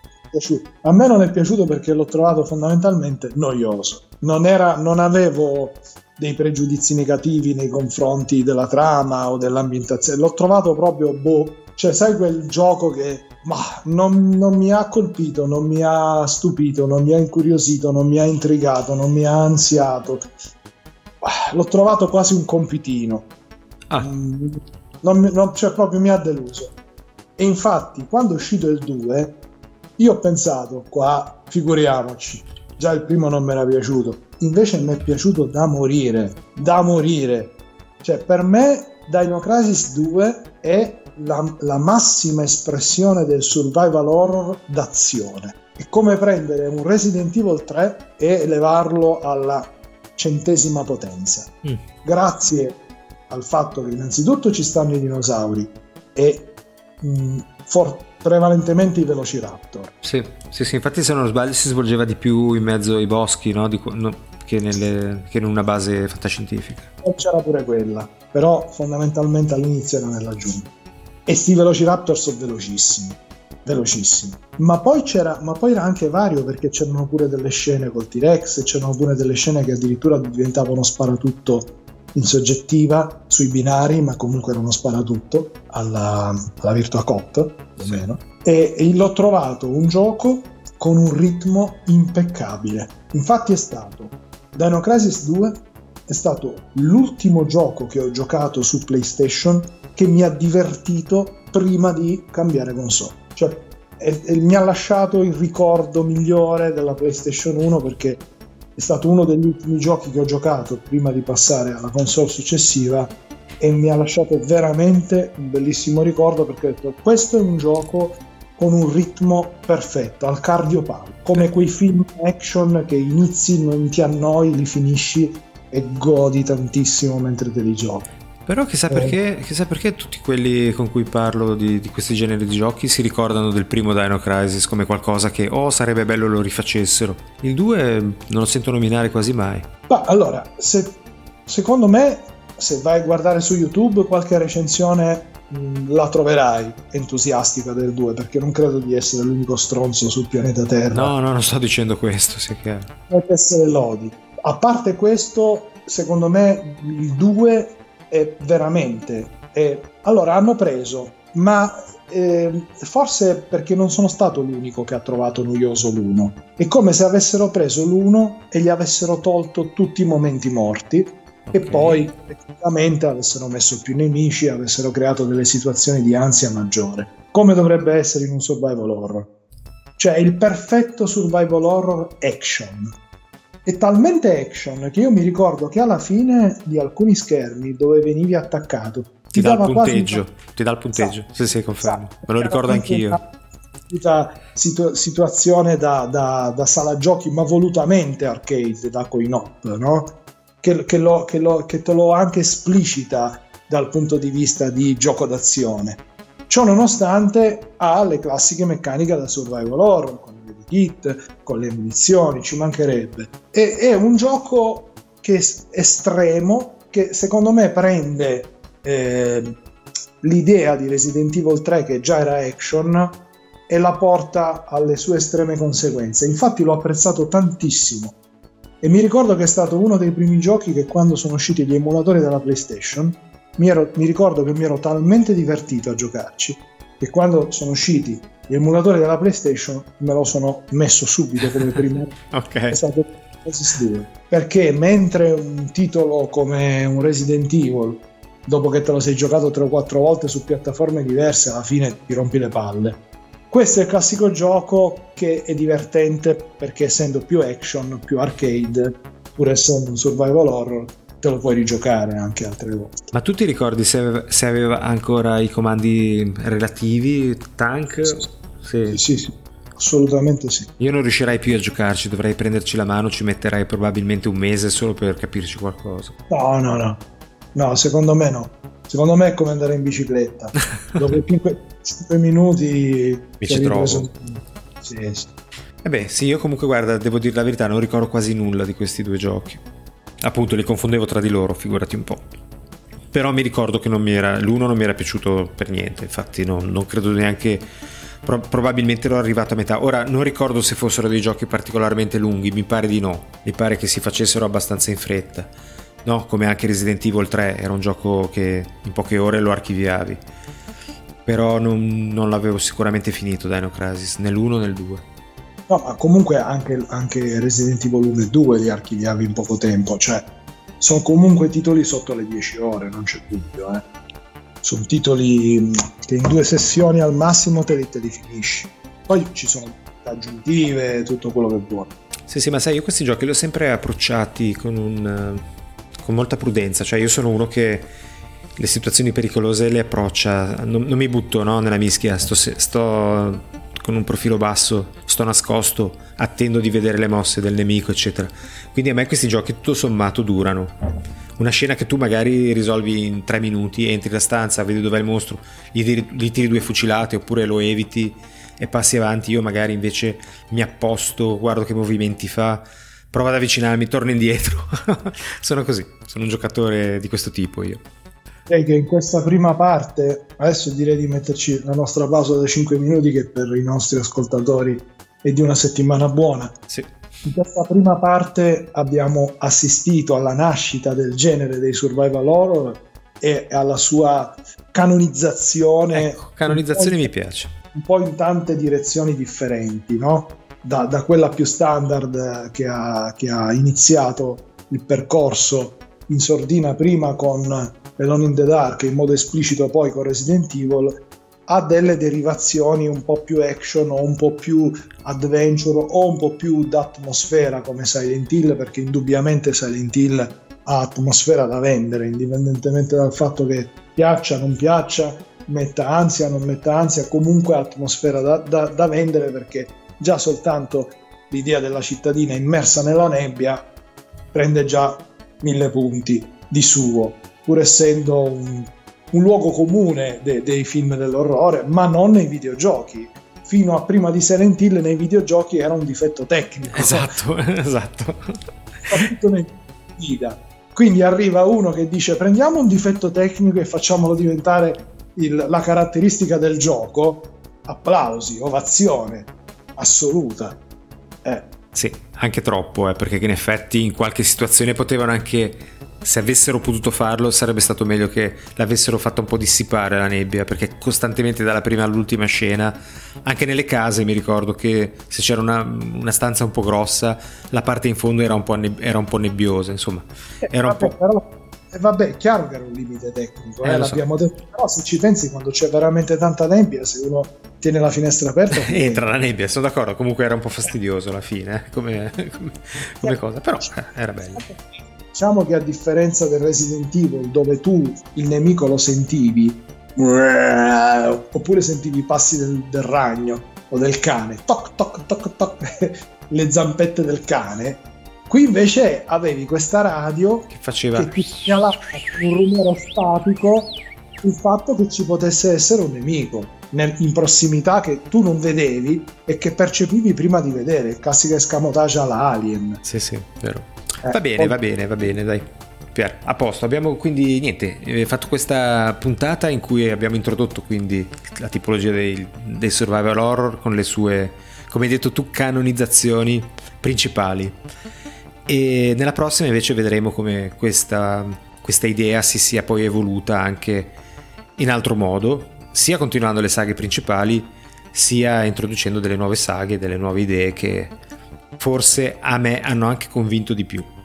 A me non è piaciuto perché l'ho trovato fondamentalmente noioso. Non era, non avevo dei pregiudizi negativi nei confronti della trama o dell'ambientazione, l'ho trovato proprio boh, cioè sai quel gioco che ma non, non mi ha colpito, non mi ha stupito, non mi ha incuriosito, non mi ha intrigato, non mi ha ansiato. L'ho trovato quasi un compitino. Ah. Non, non, cioè proprio mi ha deluso. E infatti quando è uscito il due io ho pensato, qua figuriamoci, già il primo non mi era piaciuto, invece mi è piaciuto da morire, da morire. Cioè per me Dino Crisis due è la, la massima espressione del survival horror d'azione. È come prendere un Resident Evil tre e elevarlo alla centesima potenza. Mm. Grazie al fatto che innanzitutto ci stanno i dinosauri e mh, for- prevalentemente i Velociraptor. Sì, sì, sì, infatti se non sbaglio si svolgeva di più in mezzo ai boschi, no? Di, no che, nelle, che in una base fantascientifica. E c'era pure quella, però fondamentalmente all'inizio era nella giungla. E sti Velociraptor sono velocissimi, velocissimi. Ma poi c'era, ma poi era anche vario perché c'erano pure delle scene col T-Rex, c'erano pure delle scene che addirittura diventavano sparatutto in soggettiva sui binari, ma comunque era uno sparatutto alla, alla Virtua Cop più o meno. E, e l'ho trovato un gioco con un ritmo impeccabile. Infatti è stato Dino Crisis due è stato l'ultimo gioco che ho giocato su PlayStation che mi ha divertito prima di cambiare console. Cioè e, e mi ha lasciato il ricordo migliore della PlayStation uno perché è stato uno degli ultimi giochi che ho giocato prima di passare alla console successiva e mi ha lasciato veramente un bellissimo ricordo perché ho detto questo è un gioco con un ritmo perfetto, al cardiopalo, come quei film action che inizi, non ti annoi, li finisci e godi tantissimo mentre te li giochi. Però chissà perché, chissà perché tutti quelli con cui parlo di, di questi generi di giochi si ricordano del primo Dino Crisis come qualcosa che oh sarebbe bello lo rifacessero. Il due non lo sento nominare quasi mai. Ma allora, se, secondo me, se vai a guardare su YouTube qualche recensione mh, la troverai entusiastica del due, perché non credo di essere l'unico stronzo sul pianeta Terra. No, no, non sto dicendo questo, sì che Deve essere lodi. A parte questo, secondo me il due è veramente è... allora hanno preso, ma eh, forse perché non sono stato l'unico che ha trovato noioso l'uno, è come se avessero preso l'uno e gli avessero tolto tutti i momenti morti, okay, e poi tecnicamente avessero messo più nemici, avessero creato delle situazioni di ansia maggiore, come dovrebbe essere in un survival horror, cioè il perfetto survival horror action. È talmente action che io mi ricordo che alla fine di alcuni schermi dove venivi attaccato ti, ti dà dava il punteggio, quasi... ti dà il punteggio, esatto, sì sì, confermo, esatto, me lo ricordo anch'io. Una situ- situazione da, da, da sala giochi, ma volutamente arcade, da coin-op, no? Che, che, lo, che, lo, che te lo anche esplicita dal punto di vista di gioco d'azione. Ciò nonostante ha le classiche meccaniche da survival horror, con le kit, con le munizioni, ci mancherebbe. E, è un gioco che è estremo, che secondo me prende eh, l'idea di Resident Evil tre, che già era action, e la porta alle sue estreme conseguenze. Infatti l'ho apprezzato tantissimo e mi ricordo che è stato uno dei primi giochi che, quando sono usciti gli emulatori della PlayStation, mi, ero, mi ricordo che mi ero talmente divertito a giocarci che quando sono usciti gli emulatori della PlayStation me lo sono messo subito come primo. Okay. È stato Crisis due, perché mentre un titolo come un Resident Evil, dopo che te lo sei giocato tre o quattro volte su piattaforme diverse, alla fine ti rompi le palle, questo è il classico gioco che è divertente perché, essendo più action, più arcade, pur essendo un survival horror, te lo puoi rigiocare anche altre volte. Ma tu ti ricordi se aveva, se aveva ancora i comandi relativi, tank? Sì, sì. Sì, sì, sì, assolutamente sì. Io non riuscirei più a giocarci, dovrei prenderci la mano, ci metterei probabilmente un mese solo per capirci qualcosa. No, no, no, no, secondo me no. Secondo me è come andare in bicicletta. Dopo cinque minuti mi ci trovo. Preso... Sì, sì. E beh, sì, io comunque, guarda, devo dire la verità, non ricordo quasi nulla di questi due giochi. Appunto, li confondevo tra di loro, figurati un po'. Però mi ricordo che non mi era, l'uno non mi era piaciuto per niente, infatti non, non credo neanche, pro, probabilmente ero arrivato a metà. Ora non ricordo se fossero dei giochi particolarmente lunghi, mi pare di no, mi pare che si facessero abbastanza in fretta, no? Come anche Resident Evil tre, era un gioco che in poche ore lo archiviavi, però non, non l'avevo sicuramente finito Dino Crisis, né l'uno né il due. No, ma comunque anche, anche Resident Evil uno e due li archiviavi in poco tempo, cioè sono comunque titoli sotto le dieci ore, non c'è dubbio, eh. Sono titoli che in due sessioni al massimo te li, te li finisci. Poi ci sono aggiuntive, tutto quello che vuoi. Sì, sì, ma sai, io questi giochi li ho sempre approcciati con, un, con molta prudenza, cioè io sono uno che le situazioni pericolose le approccia, non, non mi butto, no, nella mischia, sto... sto con un profilo basso, sto nascosto, attendo di vedere le mosse del nemico, eccetera. Quindi a me questi giochi tutto sommato durano. Una scena che tu magari risolvi in tre minuti, entri la stanza, vedi dov'è il mostro, gli tiri, gli tiri due fucilate oppure lo eviti e passi avanti. Io magari invece mi apposto, guardo che movimenti fa, provo ad avvicinarmi, torno indietro. Sono così, sono un giocatore di questo tipo io. Direi che in questa prima parte, adesso direi di metterci la nostra pausa da cinque minuti, che per i nostri ascoltatori è di una settimana buona. Sì. In questa prima parte abbiamo assistito alla nascita del genere dei survival horror e alla sua canonizzazione. Ecco, canonizzazione mi piace. Un po' in tante direzioni differenti, no? Da, da quella più standard che ha, che ha iniziato il percorso in sordina prima con Alone in the Dark, in modo esplicito poi con Resident Evil, ha delle derivazioni un po' più action o un po' più adventure o un po' più d'atmosfera come Silent Hill, perché indubbiamente Silent Hill ha atmosfera da vendere, indipendentemente dal fatto che piaccia o non piaccia. metta ansia, non metta ansia, comunque atmosfera da, da, da vendere, perché già soltanto l'idea della cittadina immersa nella nebbia prende già mille punti di suo, pur essendo un, un luogo comune de, dei film dell'orrore, ma non nei videogiochi. Fino a prima di Silent Hill nei videogiochi era un difetto tecnico. Esatto, esatto. Soprattutto nei guida. Quindi arriva uno che dice prendiamo un difetto tecnico e facciamolo diventare il, la caratteristica del gioco. Applausi, ovazione assoluta. Eh. Sì, anche troppo, eh, perché in effetti in qualche situazione potevano anche, se avessero potuto farlo, sarebbe stato meglio che l'avessero fatta un po' dissipare la nebbia, perché costantemente dalla prima all'ultima scena, anche nelle case mi ricordo che se c'era una, una stanza un po' grossa, la parte in fondo era un po', neb- era un po' nebbiosa, insomma. Era vabbè, un po'... però, eh, vabbè, è chiaro che era un limite tecnico, eh, Eh, l'abbiamo so. detto, però se ci pensi, quando c'è veramente tanta nebbia, se uno tiene la finestra aperta entra la nebbia, sono d'accordo, comunque era un po' fastidioso alla fine, eh, come, come, come cosa, però eh, era bello. Diciamo che a differenza del Resident Evil, dove tu il nemico lo sentivi, oppure sentivi i passi del, del ragno o del cane, toc toc toc toc, le zampette del cane, qui invece avevi questa radio Che faceva... che ti segnalava un rumore statico il fatto che ci potesse essere un nemico nel, in prossimità, che tu non vedevi e che percepivi prima di vedere, classica escamotage alla Alien. Sì, sì, vero. Eh, Va bene, poi- va bene, va bene, dai. Pier, a posto, abbiamo quindi niente, eh, fatto questa puntata in cui abbiamo introdotto quindi la tipologia dei, dei survival horror con le sue, come hai detto tu, canonizzazioni principali. E nella prossima invece vedremo come questa, questa idea si sia poi evoluta anche in altro modo, sia continuando le saghe principali, sia introducendo delle nuove saghe, delle nuove idee che forse a me hanno anche convinto di più.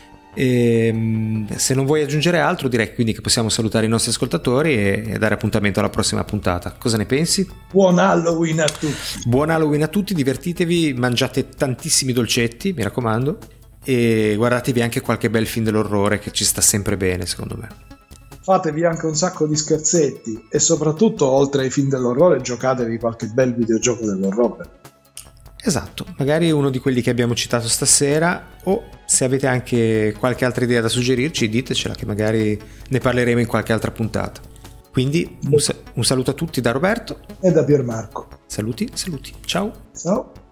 E, se non vuoi aggiungere altro, direi quindi che possiamo salutare i nostri ascoltatori e, e dare appuntamento alla prossima puntata. Cosa ne pensi? Buon Halloween a tutti! Buon Halloween a tutti, divertitevi, mangiate tantissimi dolcetti, mi raccomando, e guardatevi anche qualche bel film dell'orrore che ci sta sempre bene, secondo me. Fatevi anche un sacco di scherzetti e soprattutto, oltre ai film dell'orrore, giocatevi qualche bel videogioco dell'orrore. Esatto, magari uno di quelli che abbiamo citato stasera, o se avete anche qualche altra idea da suggerirci, ditecela che magari ne parleremo in qualche altra puntata. Quindi un, sa- un saluto a tutti da Roberto. E da Piermarco. Saluti, saluti. Ciao. Ciao!